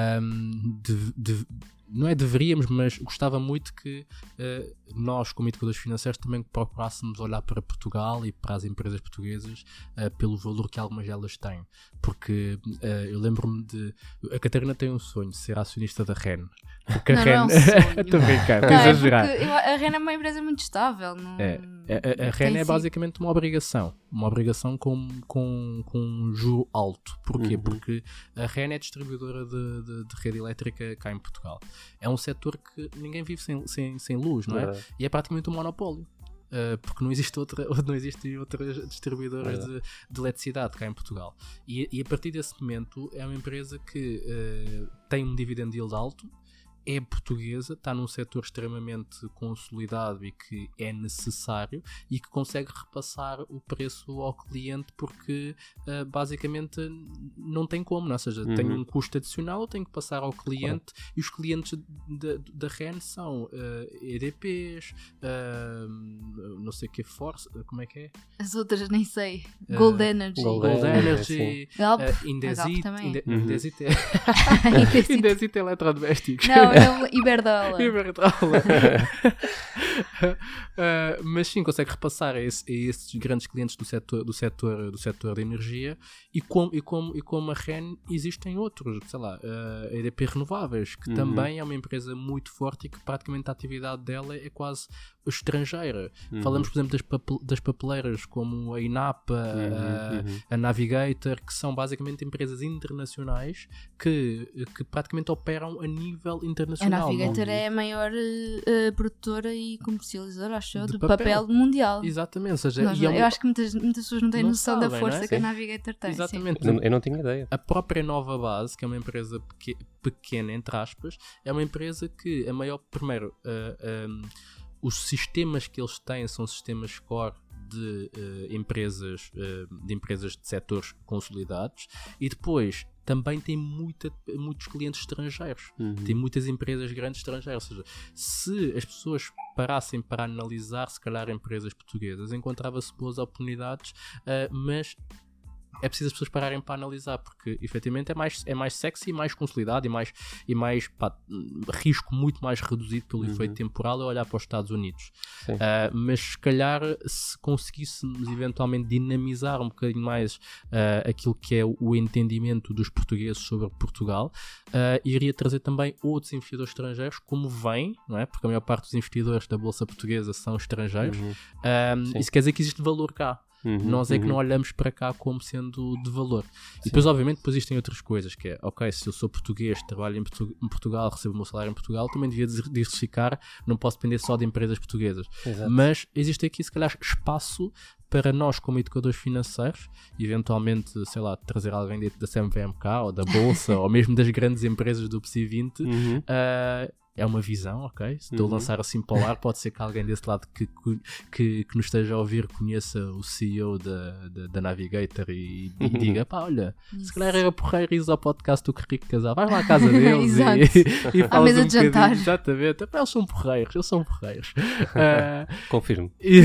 um, de, de, não é deveríamos, mas gostava muito que uh, nós, como educadores financeiros, também procurássemos olhar para Portugal e para as empresas portuguesas uh, pelo valor que algumas delas têm. Porque uh, eu lembro-me de... A Catarina tem um sonho de ser acionista da Ren. Porque não, a Ren... não é um sonho. Estou a brincar, não, estou a é exagerar. Eu, a Ren é uma empresa muito estável. Não... É, a, a, a Ren é basicamente uma obrigação. Uma obrigação com, com, com um juro alto. Porquê? Uhum. Porque a Ren é distribuidora de, de, de rede elétrica cá em Portugal. É um setor que ninguém vive sem, sem, sem luz, não é? Uhum. E é praticamente um monopólio. Uh, porque não existe outra, não existem outras distribuidoras de, de eletricidade cá em Portugal. E, e a partir desse momento é uma empresa que uh, tem um dividend yield alto, é portuguesa, está num setor extremamente consolidado e que é necessário e que consegue repassar o preço ao cliente porque uh, basicamente não tem como, não? Ou seja, uhum. tem um custo adicional, tem que passar ao cliente claro. E os clientes da Ren são uh, E D Ps, uh, não sei o que, Force, como é que é? As outras nem sei. Uh, Gold Energy. Gold, Gold Energy, Galp, uh, Indesit, Inde, uhum. Indesit, Indesit Eletrodomésticos. Não, Iberdrola. Iberdrola. uh, mas sim, consegue repassar a, esse, a esses grandes clientes do setor, do setor, do setor de energia e como, e, como, e como a Ren existem outros, sei lá, uh, E D P Renováveis, que uhum. também é uma empresa muito forte e que praticamente a atividade dela é quase estrangeira. Uhum. Falamos, por exemplo, das, papel, das papeleiras como a Inapa, uhum, a, uhum. a Navigator, que são basicamente empresas internacionais que, que praticamente operam a nível internacional. A Navigator não? é a maior uh, produtora e comercializadora, acho eu, de, de papel. papel mundial. Exatamente. Ou seja, Nós, e é eu uma... acho que muitas, muitas pessoas não têm não noção sabem, da força é? que Sim. a Navigator tem. Exatamente. Eu, eu não tinha ideia. A própria Nova Base, que é uma empresa peque, pequena, entre aspas, é uma empresa que a maior, primeiro, uh, um, os sistemas que eles têm são sistemas core de uh, empresas uh, de empresas de setores consolidados e depois também tem muita, muitos clientes estrangeiros, uhum. tem muitas empresas grandes estrangeiras, ou seja, se as pessoas parassem para analisar se calhar empresas portuguesas, encontrava-se boas oportunidades, uh, mas é preciso as pessoas pararem para analisar, porque efetivamente é mais, é mais sexy, mais consolidado e mais, e mais pá, risco muito mais reduzido pelo uhum. efeito temporal é olhar para os Estados Unidos. Uh, mas se calhar se conseguíssemos eventualmente dinamizar um bocadinho mais uh, aquilo que é o entendimento dos portugueses sobre Portugal, uh, iria trazer também outros investidores estrangeiros, como vem, não é? Porque a maior parte dos investidores da Bolsa Portuguesa são estrangeiros. Uhum. Um, isso quer dizer que existe valor cá. Uhum, Nós é uhum. que não olhamos para cá como sendo de valor. Sim. E depois, obviamente, depois existem outras coisas, que é, ok, se eu sou português, trabalho em, Portu- em Portugal, recebo o meu salário em Portugal, também devia diversificar, não posso depender só de empresas portuguesas. Exato. Mas existe aqui, se calhar, espaço para nós, como educadores financeiros, eventualmente, sei lá, trazer alguém da C M V M K ou da Bolsa, ou mesmo das grandes empresas do P S I vinte, uhum. uh, é uma visão, ok? Se estou uhum. a lançar assim para o ar, pode ser que alguém desse lado que, que, que nos esteja a ouvir conheça o C E O da, da, da Navigator e, e diga, pá, olha, isso. se calhar era porreiro ir ao podcast do Rico Casal, vai lá à casa deles e, e à mesa um de jantar. Exatamente, pá, eles são porreiros, eles são porreiros. Uh, Confirmo. E,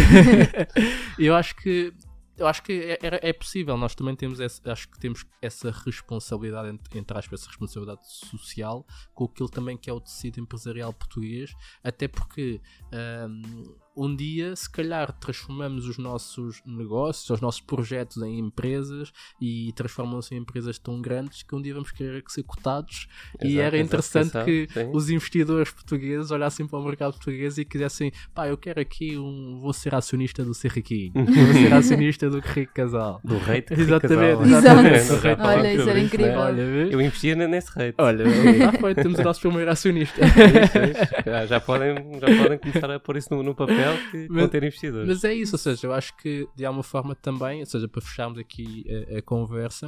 eu acho que Eu acho que é, é, é possível, nós também temos essa, acho que temos essa responsabilidade, entre, entre aspas, essa responsabilidade social com aquilo também que é o tecido empresarial português, até porque um, um dia, se calhar, transformamos os nossos negócios, os nossos projetos em empresas e transformam-se em empresas tão grandes que um dia vamos querer ser cotados. Exato, e era interessante que sim. os investidores portugueses olhassem para o mercado português e quisessem, pá, eu quero aqui um, vou ser acionista do Serriquinho, vou ser acionista do Rico Casal. Do rei de Exatamente, Casal. exatamente. Exato. Do Olha, isso era incrível. Olha, eu investia nesse rei. Olha, já foi, temos o nosso primeiro acionista. já, já, podem, já podem começar a pôr isso no, no papel que vão ter investidores. Mas é isso, ou seja, eu acho que de alguma forma também, ou seja, para fecharmos aqui a, a conversa,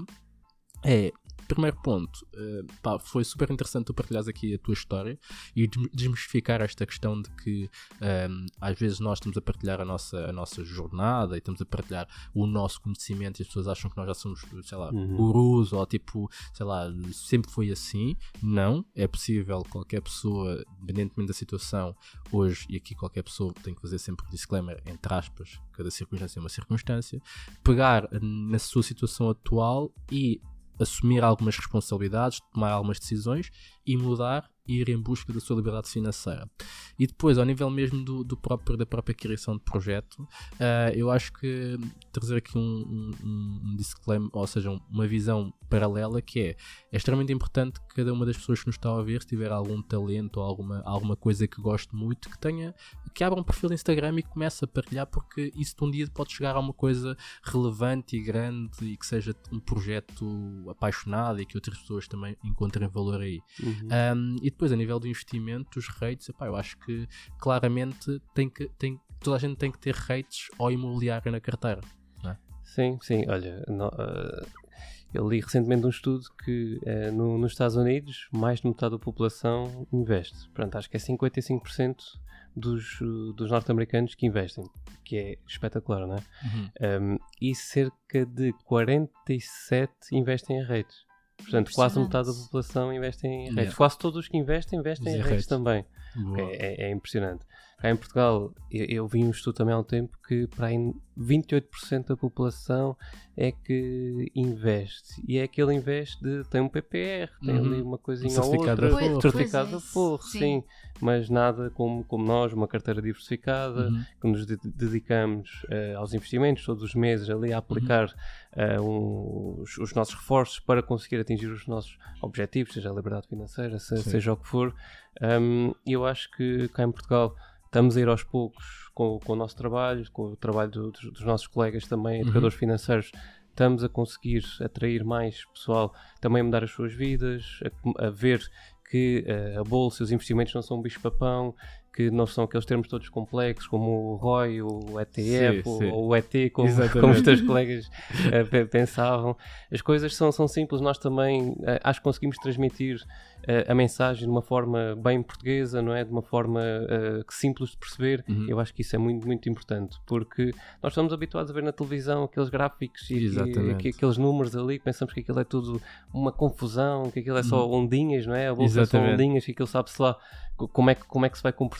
é, primeiro ponto, uh, pá, foi super interessante tu partilhares aqui a tua história e desmistificar esta questão de que um, às vezes nós estamos a partilhar a nossa, a nossa jornada e estamos a partilhar o nosso conhecimento e as pessoas acham que nós já somos, sei lá, uhum. gurus ou tipo, sei lá, sempre foi assim. Não, é possível qualquer pessoa, independentemente da situação, hoje, e aqui qualquer pessoa tem que fazer sempre um disclaimer, entre aspas, cada circunstância é uma circunstância, pegar na sua situação atual e assumir algumas responsabilidades, tomar algumas decisões e mudar e ir em busca da sua liberdade financeira. E depois, ao nível mesmo do, do próprio, da própria criação de projeto, uh, eu acho que trazer aqui um, um, um disclaimer, ou seja, uma visão paralela, que é, é extremamente importante que cada uma das pessoas que nos está a ouvir, se tiver algum talento ou alguma, alguma coisa que goste muito, que tenha, que abra um perfil de Instagram e comece a partilhar, porque isso de um dia pode chegar a uma coisa relevante e grande e que seja um projeto apaixonado e que outras pessoas também encontrem valor aí. Uhum. Um, e depois, a nível do investimento, os rates, epá, eu acho que claramente tem que, tem, toda a gente tem que ter rates ao imobiliário na carteira, não é? Sim, sim, olha, no, uh, eu li recentemente um estudo que uh, no, nos Estados Unidos mais de metade da população investe. Portanto, acho que é cinquenta e cinco por cento dos, uh, dos norte-americanos que investem, que é espetacular, não é? Uhum. Um, e cerca de quarenta e sete por cento investem em rates. Portanto, quase metade da população investe em redes. Yeah. Quase todos os que investem, investem em redes também. É, é, é impressionante. Cá em Portugal, eu, eu vi um estudo também há um tempo que para aí vinte e oito por cento da população é que investe. E é que ele investe de, tem um P P R, tem uhum. ali uma coisinha ou outra. Pois, certificado a forro, sim. sim. Mas nada como, como nós, uma carteira diversificada, uhum. que nos de- dedicamos uh, aos investimentos todos os meses ali a aplicar uhum. uh, um, os, os nossos reforços para conseguir atingir os nossos objetivos, seja a liberdade financeira, se, seja o que for. Um, eu acho que cá em Portugal estamos a ir aos poucos com, com o nosso trabalho, com o trabalho do, dos, dos nossos colegas também, educadores uhum. financeiros. Estamos a conseguir atrair mais pessoal, também a mudar as suas vidas, a, a ver que uh, a bolsa e os investimentos não são um bicho-papão, que não são aqueles termos todos complexos, como o R O I, o E T F, sim, ou, sim. ou o E T, como, como os teus colegas uh, pensavam. As coisas são, são simples, nós também uh, acho que conseguimos transmitir uh, a mensagem de uma forma bem portuguesa, não é? De uma forma uh, simples de perceber. Uhum. Eu acho que isso é muito, muito importante, porque nós estamos habituados a ver na televisão aqueles gráficos e, e, e aqueles números ali, pensamos que aquilo é tudo uma confusão, que aquilo é só ondinhas, não é? A bolsa é só ondinhas, que aquilo sabe-se lá como é, que, como é que se vai comportar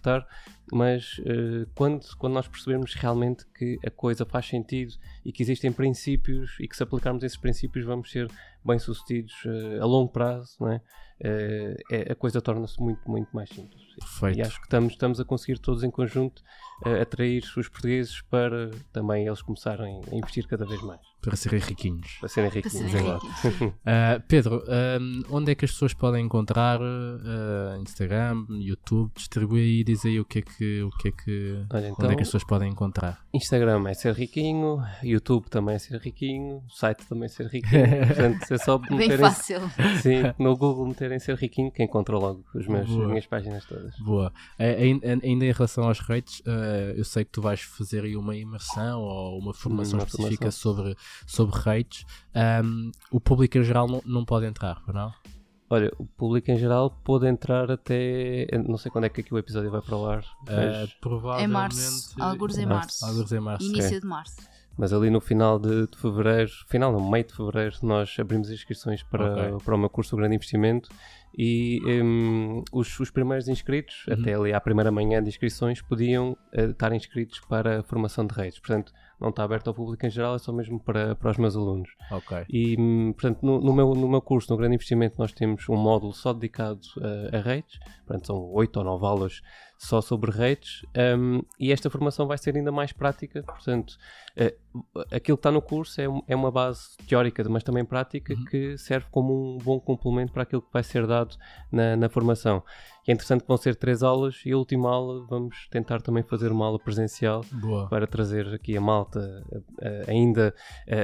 importar, mas uh, quando, quando nós percebermos realmente que a coisa faz sentido e que existem princípios e que se aplicarmos esses princípios vamos ser bem-sucedidos uh, a longo prazo, não é? Uh, é, a coisa torna-se muito, muito mais simples. Perfeito. E acho que estamos, estamos a conseguir todos em conjunto uh, atrair os portugueses para também eles começarem a investir cada vez mais. Para serem riquinhos. Para serem riquinhos, serem exato. uh, Pedro, um, onde é que as pessoas podem encontrar uh, Instagram, YouTube? Distribui aí e diz aí o que é que, o que, é que Olha, então, onde é que as pessoas podem encontrar. Instagram é ser riquinho, YouTube também é ser riquinho, site também é ser riquinho. Portanto, é só Bem meterem, fácil. sim, no Google meterem ser riquinho que encontra logo os meus, as minhas páginas todas. Boa. Ainda em relação aos rates, uh, eu sei que tu vais fazer aí uma imersão ou uma formação uma específica formação. sobre, sobre rates. Um, o público em geral não, não pode entrar, não? Olha, o público em geral pode entrar até... Não sei quando é que aqui o episódio vai para o ar. Mas, uh, provavelmente... Em março. Algures em março. Algures em março. Início okay. de março. Mas ali no final de, de fevereiro, final no meio de fevereiro, nós abrimos inscrições para, okay. para o meu curso O Grande Investimento e um, os, os primeiros inscritos, uhum. até ali à primeira manhã de inscrições, podiam uh, estar inscritos para a formação de rates. Portanto, não está aberto ao público em geral, é só mesmo para, para os meus alunos. Okay. E, portanto, no, no, meu, no meu curso, no Grande Investimento, nós temos um módulo só dedicado a, a rates. Portanto, são oito ou nove aulas só sobre rates. Um, e esta formação vai ser ainda mais prática. Portanto, uh, aquilo que está no curso é, é uma base teórica, mas também prática, uhum. que serve como um bom complemento para aquilo que vai ser dado na, na formação. E é interessante que vão ser três aulas e a última aula vamos tentar também fazer uma aula presencial. Boa. Para trazer aqui a malta uh, uh, ainda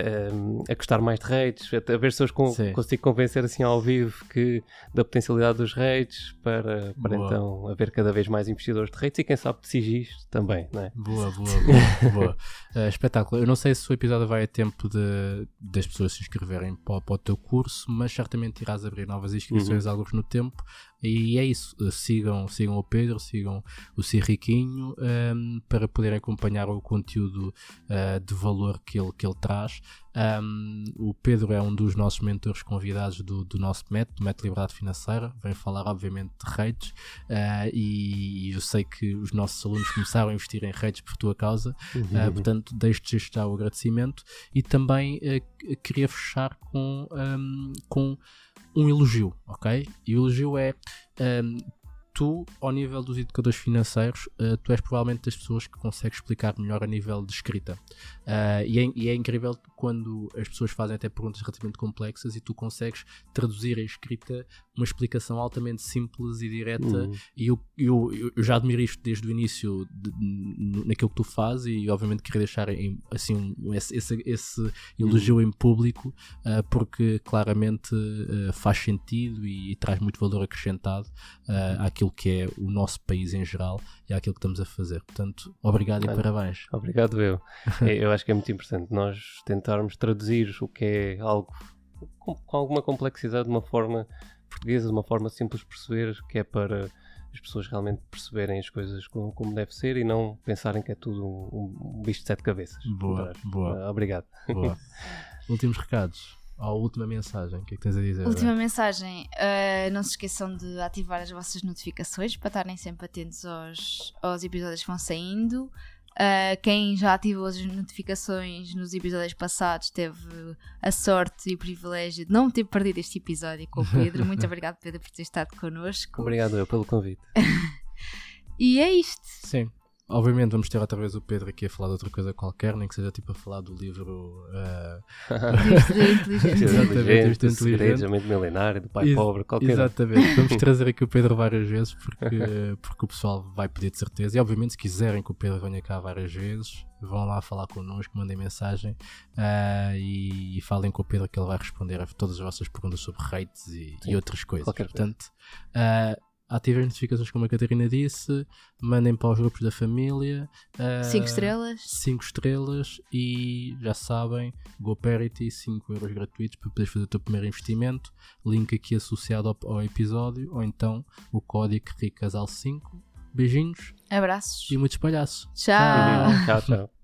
uh, a gostar mais de rates, a, a ver se eu con- consigo convencer assim ao vivo que, da potencialidade dos rates para, para então haver cada vez mais investidores de rates e quem sabe de sigis também, não é? Boa, boa, boa. boa. Uh, espetáculo. Eu não sei se o episódio vai a tempo de, das pessoas se inscreverem para, para o teu curso, mas certamente irás abrir novas inscrições uhum. alguns no tempo. E é isso, sigam, sigam o Pedro, sigam o Ser Riquinho um, para poderem acompanhar o conteúdo uh, de valor que ele, que ele traz. Um, o Pedro é um dos nossos mentores convidados do, do nosso método, do método de liberdade financeira. Vem falar obviamente de rates uh, e eu sei que os nossos alunos começaram a investir em rates por tua causa, uhum. uh, portanto deixo-te já o agradecimento e também uh, queria fechar com, um, com um elogio, ok? E o elogio é um, tu, ao nível dos educadores financeiros, uh, tu és provavelmente das pessoas que consegue explicar melhor a nível de escrita. Uh, e, é, e é incrível quando as pessoas fazem até perguntas relativamente complexas e tu consegues traduzir em escrita uma explicação altamente simples e direta. Uhum. E eu, eu, eu já admiro isto desde o início de, de, naquilo que tu fazes e obviamente queria deixar em, assim, um, esse, esse, esse elogio uhum. em público uh, porque claramente uh, faz sentido e, e traz muito valor acrescentado uh, àquilo que é o nosso país em geral e àquilo que estamos a fazer. Portanto, obrigado Olha, e parabéns. Obrigado eu. Eu acho que é muito importante nós tentarmos traduzir o que é algo com, com alguma complexidade de uma forma portuguesa, de uma forma simples de perceber, que é para as pessoas realmente perceberem as coisas como, como deve ser e não pensarem que é tudo um, um bicho de sete cabeças. Boa, boa. Uh, obrigado. Boa. Últimos recados. A última mensagem, o que é que tens a dizer? Última mensagem, uh, não se esqueçam de ativar as vossas notificações para estarem sempre atentos aos, aos episódios que vão saindo. Uh, quem já ativou as notificações nos episódios passados teve a sorte e o privilégio de não ter perdido este episódio com o Pedro. Muito obrigado, Pedro, por ter estado connosco. Obrigado eu pelo convite. E é isto. Sim. Obviamente vamos ter outra vez o Pedro aqui a falar de outra coisa qualquer, nem que seja tipo a falar do livro uh... Exatamente, do Segredos, a Mente Milenária, do Pai Ex- Pobre, qualquer Exatamente, vamos trazer aqui o Pedro várias vezes porque, porque o pessoal vai pedir de certeza. E obviamente se quiserem que o Pedro venha cá várias vezes, vão lá falar connosco, mandem mensagem uh, e, e falem com o Pedro que ele vai responder a todas as vossas perguntas sobre rates e, e outras coisas. Portanto, uh, ativem as notificações como a Catarina disse, mandem para os grupos da família. cinco uh, estrelas. cinco estrelas e já sabem, GoParity, cinco euros gratuitos para poderes fazer o teu primeiro investimento. Link aqui associado ao, ao episódio ou então o código RICASAL cinco. Beijinhos. Abraços. E muitos palhaços. Tchau. Tchau, tchau.